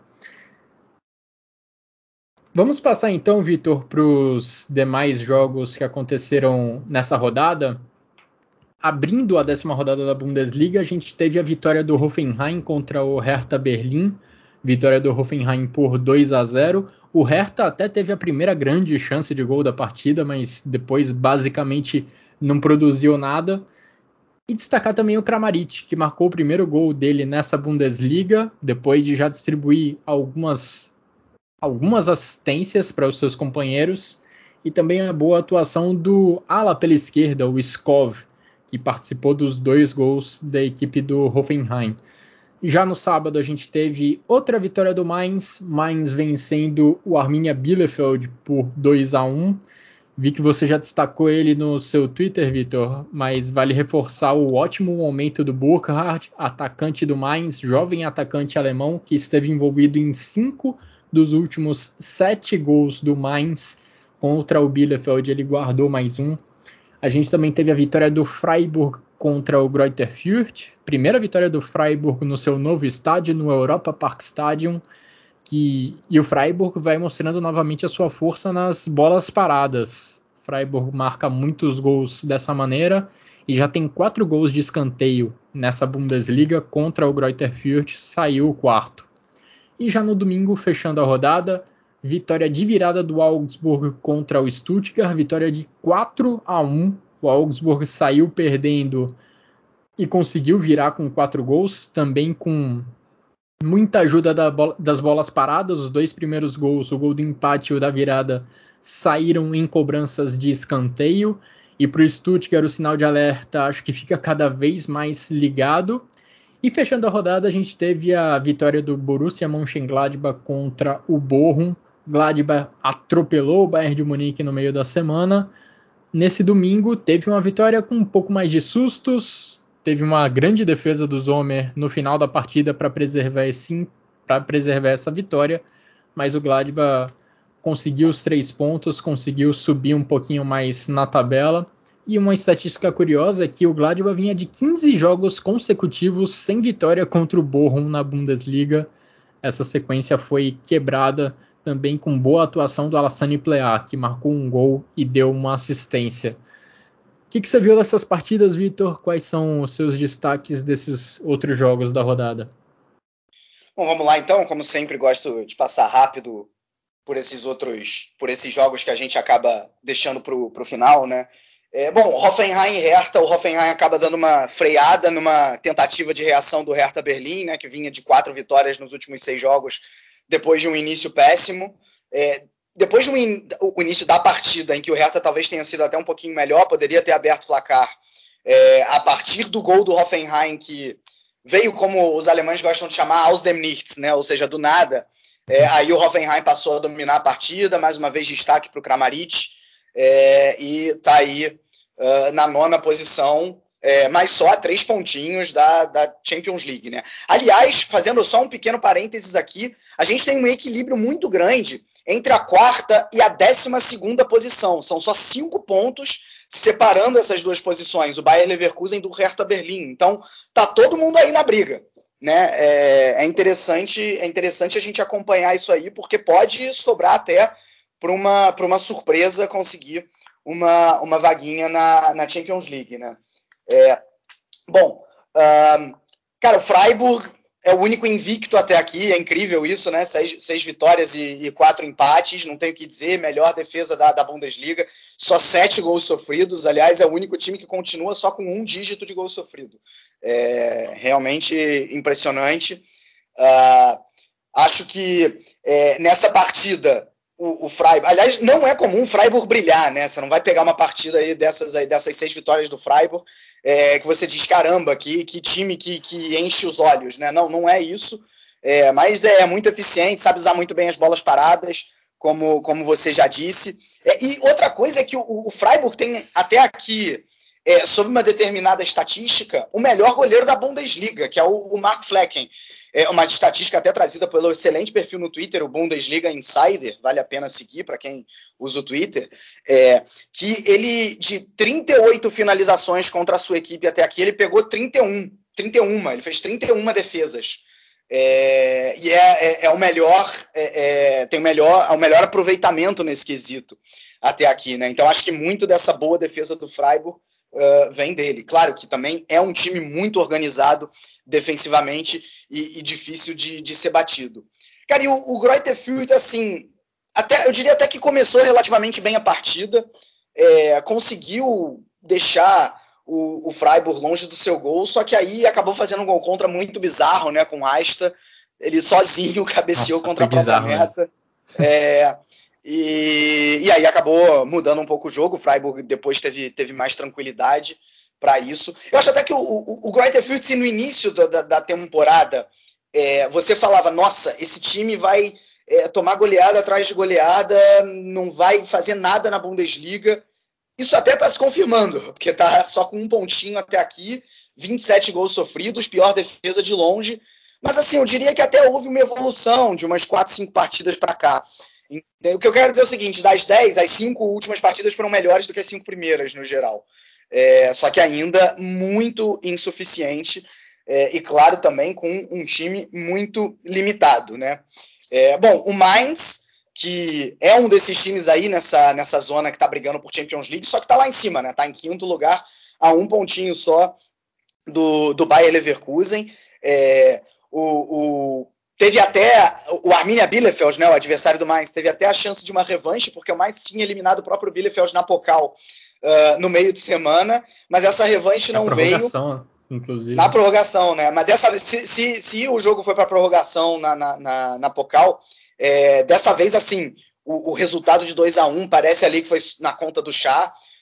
Vamos passar então, Vitor, para os demais jogos que aconteceram nessa rodada. Abrindo a 10ª rodada da Bundesliga, a gente teve a vitória do Hoffenheim contra o Hertha Berlim, vitória do Hoffenheim por 2-0. O Hertha até teve a primeira grande chance de gol da partida, mas depois basicamente não produziu nada. E destacar também o Kramaric, que marcou o primeiro gol dele nessa Bundesliga, depois de já distribuir algumas assistências para os seus companheiros, e também a boa atuação do ala pela esquerda, o Skov, que participou dos 2 gols da equipe do Hoffenheim. Já no sábado a gente teve outra vitória do Mainz vencendo o Arminia Bielefeld por 2-1. Vi que você já destacou ele no seu Twitter, Vitor, mas vale reforçar o ótimo momento do Burkhardt, atacante do Mainz, jovem atacante alemão, que esteve envolvido em 5 dos últimos 7 gols do Mainz. Contra o Bielefeld, ele guardou mais um. A gente também teve a vitória do Freiburg contra o Greuther Fürth, primeira vitória do Freiburg no seu novo estádio, no Europa Park Stadium, e o Freiburg vai mostrando novamente a sua força nas bolas paradas. O Freiburg marca muitos gols dessa maneira e já tem 4 gols de escanteio nessa Bundesliga. Contra o Greuther Fürth, saiu o 4º. E já no domingo, fechando a rodada, vitória de virada do Augsburg contra o Stuttgart, vitória de 4-1. O Augsburg saiu perdendo e conseguiu virar com 4 gols, também com muita ajuda das bolas paradas. Os 2 primeiros gols, o gol do empate e o da virada, saíram em cobranças de escanteio. E para o Stuttgart, o sinal de alerta acho que fica cada vez mais ligado. E fechando a rodada, a gente teve a vitória do Borussia Mönchengladbach contra o Bochum. Gladbach atropelou o Bayern de Munique no meio da semana. Nesse domingo, teve uma vitória com um pouco mais de sustos. Teve uma grande defesa do Sommer no final da partida para preservar essa vitória. Mas o Gladbach conseguiu os 3 pontos, conseguiu subir um pouquinho mais na tabela. E uma estatística curiosa é que o Gladbach vinha de 15 jogos consecutivos sem vitória contra o Bochum na Bundesliga. Essa sequência foi quebrada também com boa atuação do Alassane Plea, que marcou um gol e deu uma assistência. O que você viu dessas partidas, Vitor? Quais são os seus destaques desses outros jogos da rodada? Bom, vamos lá então. Como sempre, gosto de passar rápido por esses jogos que a gente acaba deixando para o final, né? Bom, Hoffenheim e Hertha, o Hoffenheim acaba dando uma freada numa tentativa de reação do Hertha Berlim, né, que vinha de 4 vitórias nos últimos 6 jogos, depois de um início péssimo. Depois de o início da partida, em que o Hertha talvez tenha sido até um pouquinho melhor, poderia ter aberto o placar a partir do gol do Hoffenheim, que veio, como os alemães gostam de chamar, aus dem Nichts, né, ou seja, do nada. Aí o Hoffenheim passou a dominar a partida, mais uma vez destaque para o Kramaric, e está aí na 9ª posição, mas só a 3 pontinhos da Champions League, né? Aliás, fazendo só um pequeno parênteses aqui, a gente tem um equilíbrio muito grande entre a 4ª e a 12ª posição. São só 5 pontos separando essas 2 posições, o Bayer Leverkusen do Hertha Berlim. Então, tá todo mundo aí na briga, né? É interessante a gente acompanhar isso aí, porque pode sobrar até para uma surpresa conseguir uma vaguinha na Champions League, né? Cara, o Freiburg é o único invicto até aqui, é incrível isso, né? 6 vitórias e 4 empates, não tenho o que dizer, melhor defesa da Bundesliga, só 7 gols sofridos, aliás, é o único time que continua só com 1 dígito de gol sofrido. Realmente impressionante. Acho que nessa partida o Freiburg, aliás, não é comum o Freiburg brilhar, né? Você não vai pegar uma partida aí dessas 6 vitórias do Freiburg que você diz, caramba, que time que enche os olhos, né? Não é isso, mas é muito eficiente, sabe usar muito bem as bolas paradas, como você já disse. E outra coisa é que o Freiburg tem até aqui, sob uma determinada estatística, o melhor goleiro da Bundesliga, que é o Mark Flecken. Uma estatística até trazida pelo excelente perfil no Twitter, o Bundesliga Insider, vale a pena seguir para quem usa o Twitter, que ele, de 38 finalizações contra a sua equipe até aqui, ele pegou 31, ele fez 31 defesas. E é o melhor, tem o melhor aproveitamento nesse quesito até aqui, né? Então acho que muito dessa boa defesa do Freiburg vem dele. Claro que também é um time muito organizado defensivamente e difícil de ser batido. Cara, e o Greuther Fürth, assim, eu diria até que começou relativamente bem a partida, conseguiu deixar o Freiburg longe do seu gol, só que aí acabou fazendo um gol contra muito bizarro, né, com o Asta, ele sozinho cabeceou contra a própria meta. E aí acabou mudando um pouco o jogo, o Freiburg depois teve mais tranquilidade para isso. Eu acho até que o Greuther Fürth, no início da temporada, você falava, nossa, esse time vai tomar goleada atrás de goleada, não vai fazer nada na Bundesliga. Isso até está se confirmando, porque está só com 1 pontinho até aqui, 27 gols sofridos, pior defesa de longe. Mas assim, eu diria que até houve uma evolução de umas 4, 5 partidas para cá. O que eu quero dizer é o seguinte, das 10, as 5 últimas partidas foram melhores do que as 5 primeiras, no geral. Só que ainda muito insuficiente, e claro também com um time muito limitado, né? Bom, o Mainz, que é um desses times aí nessa zona que está brigando por Champions League, só que está lá em cima, né? Está em 5º lugar, a 1 pontinho só do Bayer Leverkusen. Teve até o Arminia Bielefeld, né, o adversário do Mainz, teve até a chance de uma revanche, porque o Mainz tinha eliminado o próprio Bielefeld na Pokal no meio de semana, mas essa revanche não veio. Inclusive. Na prorrogação, né? Mas dessa vez, se o jogo foi para prorrogação na Pokal, dessa vez, assim, o resultado de 2-1 parece ali que foi na conta do chá.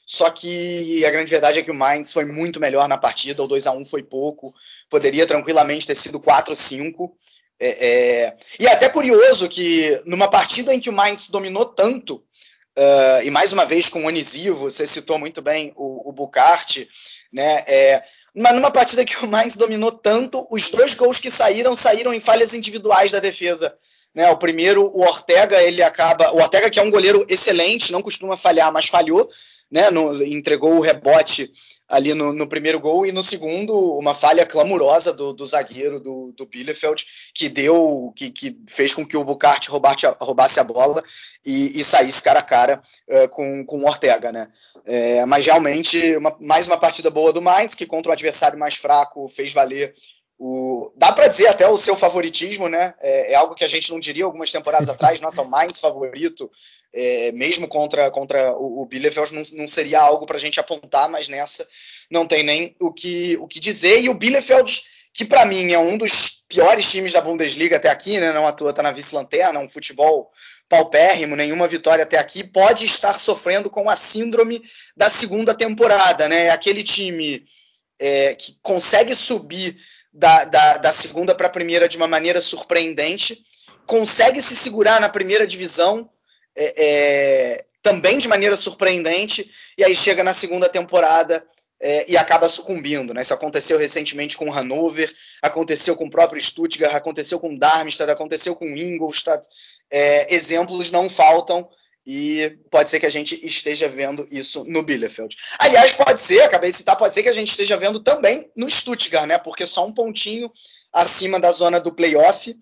só que a grande verdade é que o Mainz foi muito melhor na partida, o 2-1 foi pouco, poderia tranquilamente ter sido 4-5. E é até curioso que numa partida em que o Mainz dominou tanto, e mais uma vez com o Onisivo, você citou muito bem o Bucart, né? Mas numa partida que o Mainz dominou tanto, os 2 gols que saíram em falhas individuais da defesa. Né? O primeiro, o Ortega, o Ortega, que é um goleiro excelente, não costuma falhar, mas falhou, né? Entregou o rebote ali no primeiro gol, e no segundo, uma falha clamorosa do zagueiro do Bielefeld, que fez com que o Bucart roubasse a bola e saísse cara a cara com o Ortega, né? Mas realmente, mais uma partida boa do Mainz, que contra o adversário mais fraco fez valer dá para dizer até o seu favoritismo, né? É algo que a gente não diria algumas temporadas atrás. Nossa, o Mainz favorito, mesmo contra o Bielefeld, não seria algo para a gente apontar, mas nessa não tem nem o que dizer. E o Bielefeld, que para mim é um dos piores times da Bundesliga até aqui, né? Não à toa está na vice-lanterna, um futebol paupérrimo, nenhuma vitória até aqui, pode estar sofrendo com a síndrome da segunda temporada, né? Aquele time que consegue subir da segunda para a primeira de uma maneira surpreendente, consegue se segurar na primeira divisão também de maneira surpreendente, e aí chega na segunda temporada e acaba sucumbindo. Né? Isso aconteceu recentemente com o Hannover, aconteceu com o próprio Stuttgart, aconteceu com o Darmstadt, aconteceu com o Ingolstadt. Exemplos não faltam, e pode ser que a gente esteja vendo isso no Bielefeld. Aliás, acabei de citar, pode ser que a gente esteja vendo também no Stuttgart, né? Porque só um pontinho acima da zona do playoff.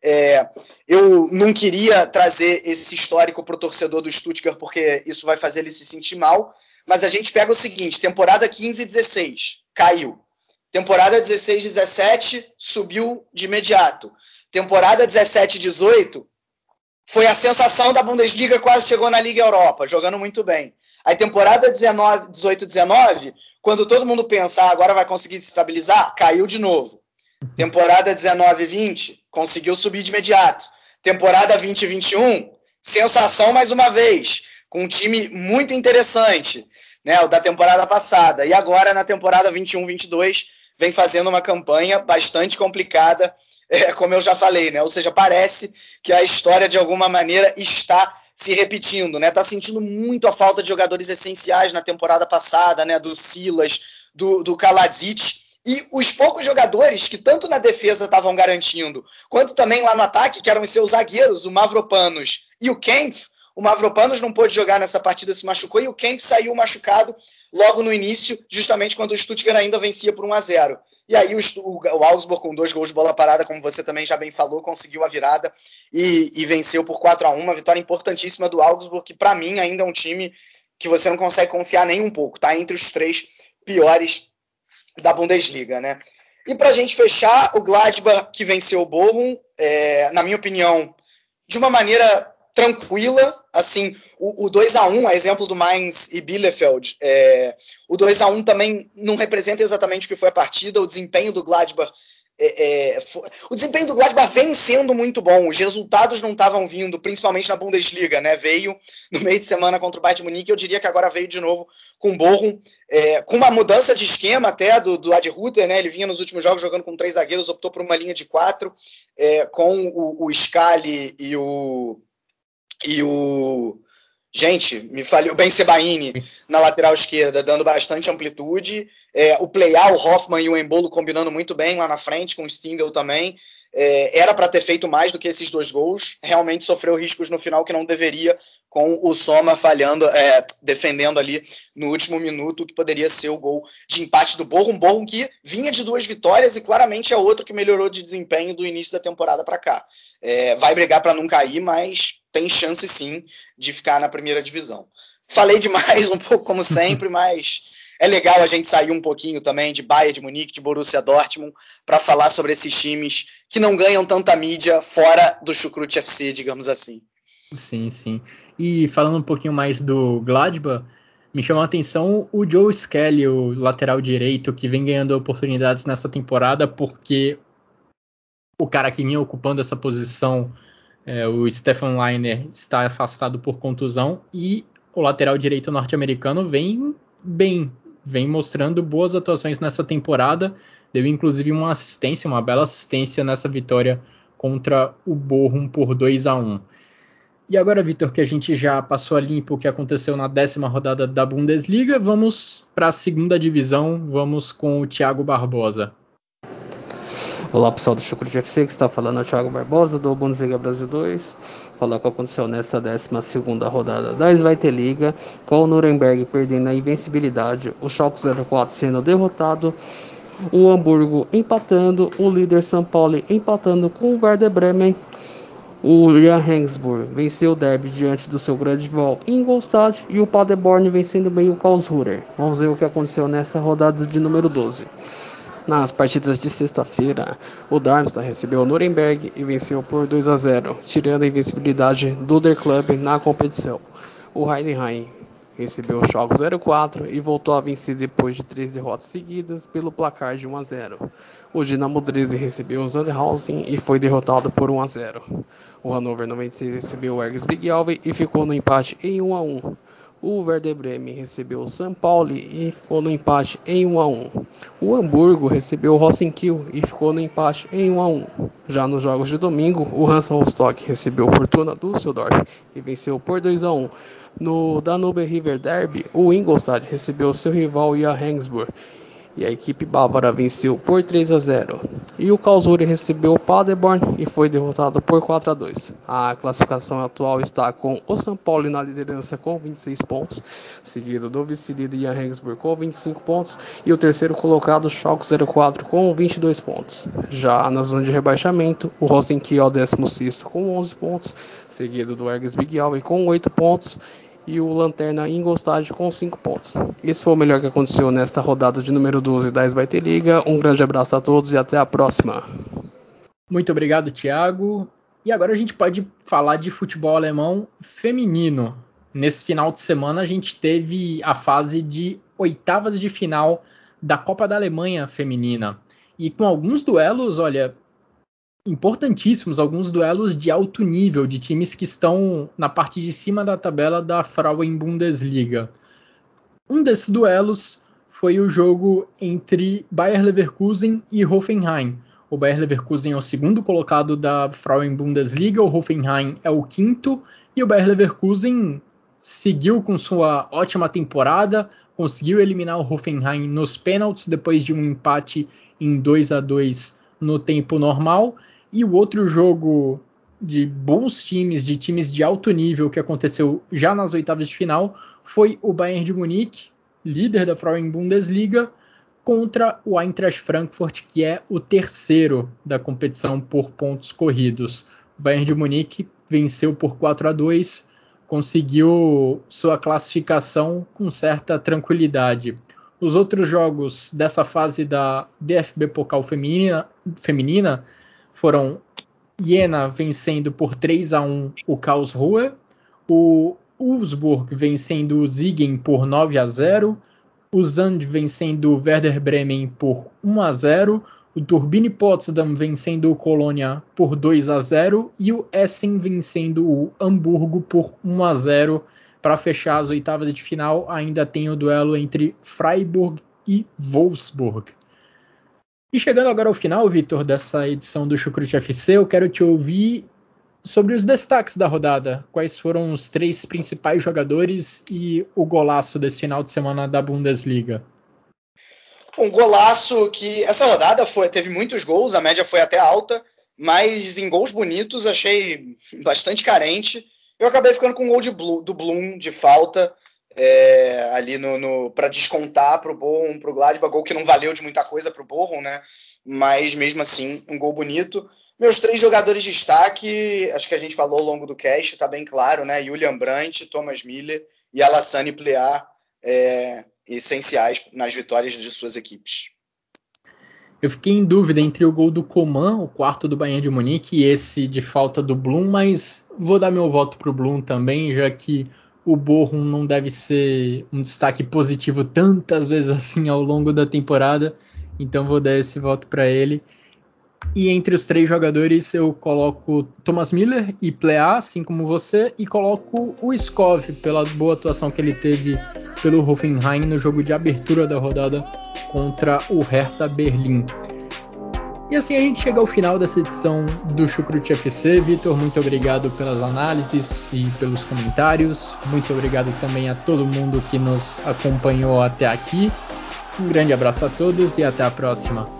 Eu não queria trazer esse histórico para o torcedor do Stuttgart, porque isso vai fazer ele se sentir mal, mas a gente pega o seguinte: temporada 15-16, caiu. Temporada 16-17, subiu de imediato. Temporada 17-18, foi a sensação da Bundesliga, quase chegou na Liga Europa, jogando muito bem. Aí temporada 18-19, quando todo mundo pensa, agora vai conseguir se estabilizar, caiu de novo. Temporada 19-20, conseguiu subir de imediato. Temporada 20-21, sensação mais uma vez, com um time muito interessante, né, o da temporada passada. E agora, na temporada 21-22, vem fazendo uma campanha bastante complicada, como eu já falei, né? Ou seja, parece que a história de alguma maneira está se repetindo, né? Tá sentindo muito a falta de jogadores essenciais na temporada passada, né? Do Silas, do Kaladzic, e os poucos jogadores que tanto na defesa estavam garantindo, quanto também lá no ataque, que eram os seus zagueiros, o Mavropanos e o Kempf. O Mavropanos não pôde jogar nessa partida, se machucou, e o Kempf saiu machucado logo no início, justamente quando o Stuttgart ainda vencia por 1-0. E aí o Augsburg, com 2 gols de bola parada, como você também já bem falou, conseguiu a virada e venceu por 4-1, uma vitória importantíssima do Augsburg, que para mim ainda é um time que você não consegue confiar nem um pouco, tá entre os 3 piores da Bundesliga, né? E para a gente fechar, o Gladbach, que venceu o Bochum, na minha opinião, de uma maneira tranquila, assim, o 2-1, a exemplo do Mainz e Bielefeld, o 2-1 também não representa exatamente o que foi a partida. O desempenho do Gladbach o desempenho do Gladbach vem sendo muito bom, os resultados não estavam vindo, principalmente na Bundesliga, né? Veio no meio de semana contra o Bayern de Munique, eu diria que agora veio de novo com o Bochum, com uma mudança de esquema até do Adi Hütter, né? Ele vinha nos últimos jogos jogando com 3 zagueiros, optou por uma linha de 4, com o Scali e o gente, me falhou, o Ben Sebaini na lateral esquerda, dando bastante amplitude. O Pleyal, o Hoffmann e o Embolo combinando muito bem lá na frente, com o Stindl também. Era para ter feito mais do que esses 2 gols. Realmente sofreu riscos no final que não deveria, com o Soma falhando, defendendo ali no último minuto, que poderia ser o gol de empate do Bochum. Um Bochum que vinha de 2 vitórias e claramente é outro que melhorou de desempenho do início da temporada para cá. Vai brigar para não cair, mas tem chance sim de ficar na primeira divisão. Falei demais um pouco como sempre, mas é legal a gente sair um pouquinho também de Bayern de Munique, de Borussia Dortmund, para falar sobre esses times que não ganham tanta mídia fora do Chucrute FC, digamos assim. Sim, sim. E falando um pouquinho mais do Gladbach, me chamou a atenção o Joe Skelly, o lateral direito, que vem ganhando oportunidades nessa temporada, porque o cara que vinha ocupando essa posição, o Stefan Leiner, está afastado por contusão, e o lateral direito norte-americano vem bem, vem mostrando boas atuações nessa temporada. Deu inclusive uma bela assistência nessa vitória contra o Bochum por 2-1. E agora, Vitor, que a gente já passou a limpo o que aconteceu na 10ª rodada da Bundesliga, vamos para a 2ª divisão, vamos com o Thiago Barbosa. Olá pessoal do Chucrute FC, que está falando é o Thiago Barbosa do Bundesliga Brasil 2. Falar o que aconteceu nesta 12ª rodada da Zweite Liga, com o Nuremberg perdendo a invencibilidade, o Schalke 04 sendo derrotado, o Hamburgo empatando, o líder São Paulo empatando com o Werder Bremen. O Jan Regensburg venceu o derby diante do seu grande rival Ingolstadt e o Paderborn vencendo bem o Karlsruhe. Vamos ver o que aconteceu nessa rodada de número 12. Nas partidas de sexta-feira, o Darmstadt recebeu o Nuremberg e venceu por 2-0, tirando a invencibilidade do Der Club na competição. O Heidenheim recebeu o Schalke 04 e voltou a vencer depois de 3 derrotas seguidas pelo placar de 1-0. O Dinamo Dresden recebeu o Sandhausen e foi derrotado por 1-0. O Hannover 96 recebeu o Ergas Big Alve e ficou no empate em 1-1. O Werder Bremen recebeu o São Paulo e ficou no empate em 1-1. O Hamburgo recebeu o Rosenkiel e ficou no empate em 1-1. Já nos jogos de domingo, o Hansa Rostock recebeu o Fortuna Düsseldorf e venceu por 2-1. No Danube River Derby, o Ingolstadt recebeu seu rival Jan Regensburg e a equipe bávara venceu por 3-0. E o Karlsruhe recebeu o Paderborn e foi derrotado por 4-2. A classificação atual está com o São Paulo na liderança com 26 pontos, seguido do vice-líder Jan Regensburg com 25 pontos e o terceiro colocado Schalke 04 com 22 pontos. Já na zona de rebaixamento, o Rosenkiel é o 16º com 11 pontos, seguido do Ergas Big Alve com 8 pontos e o Lanterna Ingolstadt com 5 pontos. Esse foi o melhor que aconteceu nesta rodada de número 12 da Zweite Liga. Um grande abraço a todos e até a próxima. Muito obrigado, Thiago. E agora a gente pode falar de futebol alemão feminino. Nesse final de semana a gente teve a fase de oitavas de final da Copa da Alemanha feminina. E com alguns duelos, olha, importantíssimos, alguns duelos de alto nível, de times que estão na parte de cima da tabela da Frauen Bundesliga. Um desses duelos foi o jogo entre Bayer Leverkusen e Hoffenheim. O Bayer Leverkusen é o segundo colocado da Frauen Bundesliga, o Hoffenheim é o quinto, e o Bayer Leverkusen seguiu com sua ótima temporada, conseguiu eliminar o Hoffenheim nos pênaltis depois de um empate em 2-2 no tempo normal. E o outro jogo de bons times, de times de alto nível que aconteceu já nas oitavas de final, foi o Bayern de Munique, líder da Frauen Bundesliga, contra o Eintracht Frankfurt, que é o terceiro da competição por pontos corridos. O Bayern de Munique venceu por 4-2, conseguiu sua classificação com certa tranquilidade. Os outros jogos dessa fase da DFB Pokal feminina foram Jena vencendo por 3-1 o Karlsruhe, o Wolfsburg vencendo o Siegen por 9-0, o Zand vencendo o Werder Bremen por 1-0, o Turbine Potsdam vencendo o Colônia por 2-0 e o Essen vencendo o Hamburgo por 1-0. Para fechar as oitavas de final, ainda tem o duelo entre Freiburg e Wolfsburg. E chegando agora ao final, Vitor, dessa edição do Chucrute FC, eu quero te ouvir sobre os destaques da rodada. Quais foram os 3 principais jogadores e o golaço desse final de semana da Bundesliga? Um golaço que essa rodada teve muitos gols, a média foi até alta, mas em gols bonitos achei bastante carente. Eu acabei ficando com um gol do Blum de falta, ali para descontar para o Bochum, para o Gladbach, gol que não valeu de muita coisa para o Bochum, né? Mas mesmo assim, um gol bonito. Meus 3 jogadores de destaque, acho que a gente falou ao longo do cast, tá bem claro, né? Julian Brandt, Thomas Miller e Alassane Plea, essenciais nas vitórias de suas equipes. Eu fiquei em dúvida entre o gol do Coman, o quarto do Bayern de Munique, e esse de falta do Blum, mas vou dar meu voto para o Blum também, já que o Bochum não deve ser um destaque positivo tantas vezes assim ao longo da temporada, então vou dar esse voto para ele. E entre os 3 jogadores eu coloco Thomas Müller e Plea, assim como você, e coloco o Skov, pela boa atuação que ele teve pelo Hoffenheim no jogo de abertura da rodada contra o Hertha Berlim. E assim a gente chega ao final dessa edição do Chucrute FC. Vitor, muito obrigado pelas análises e pelos comentários. Muito obrigado também a todo mundo que nos acompanhou até aqui. Um grande abraço a todos e até a próxima.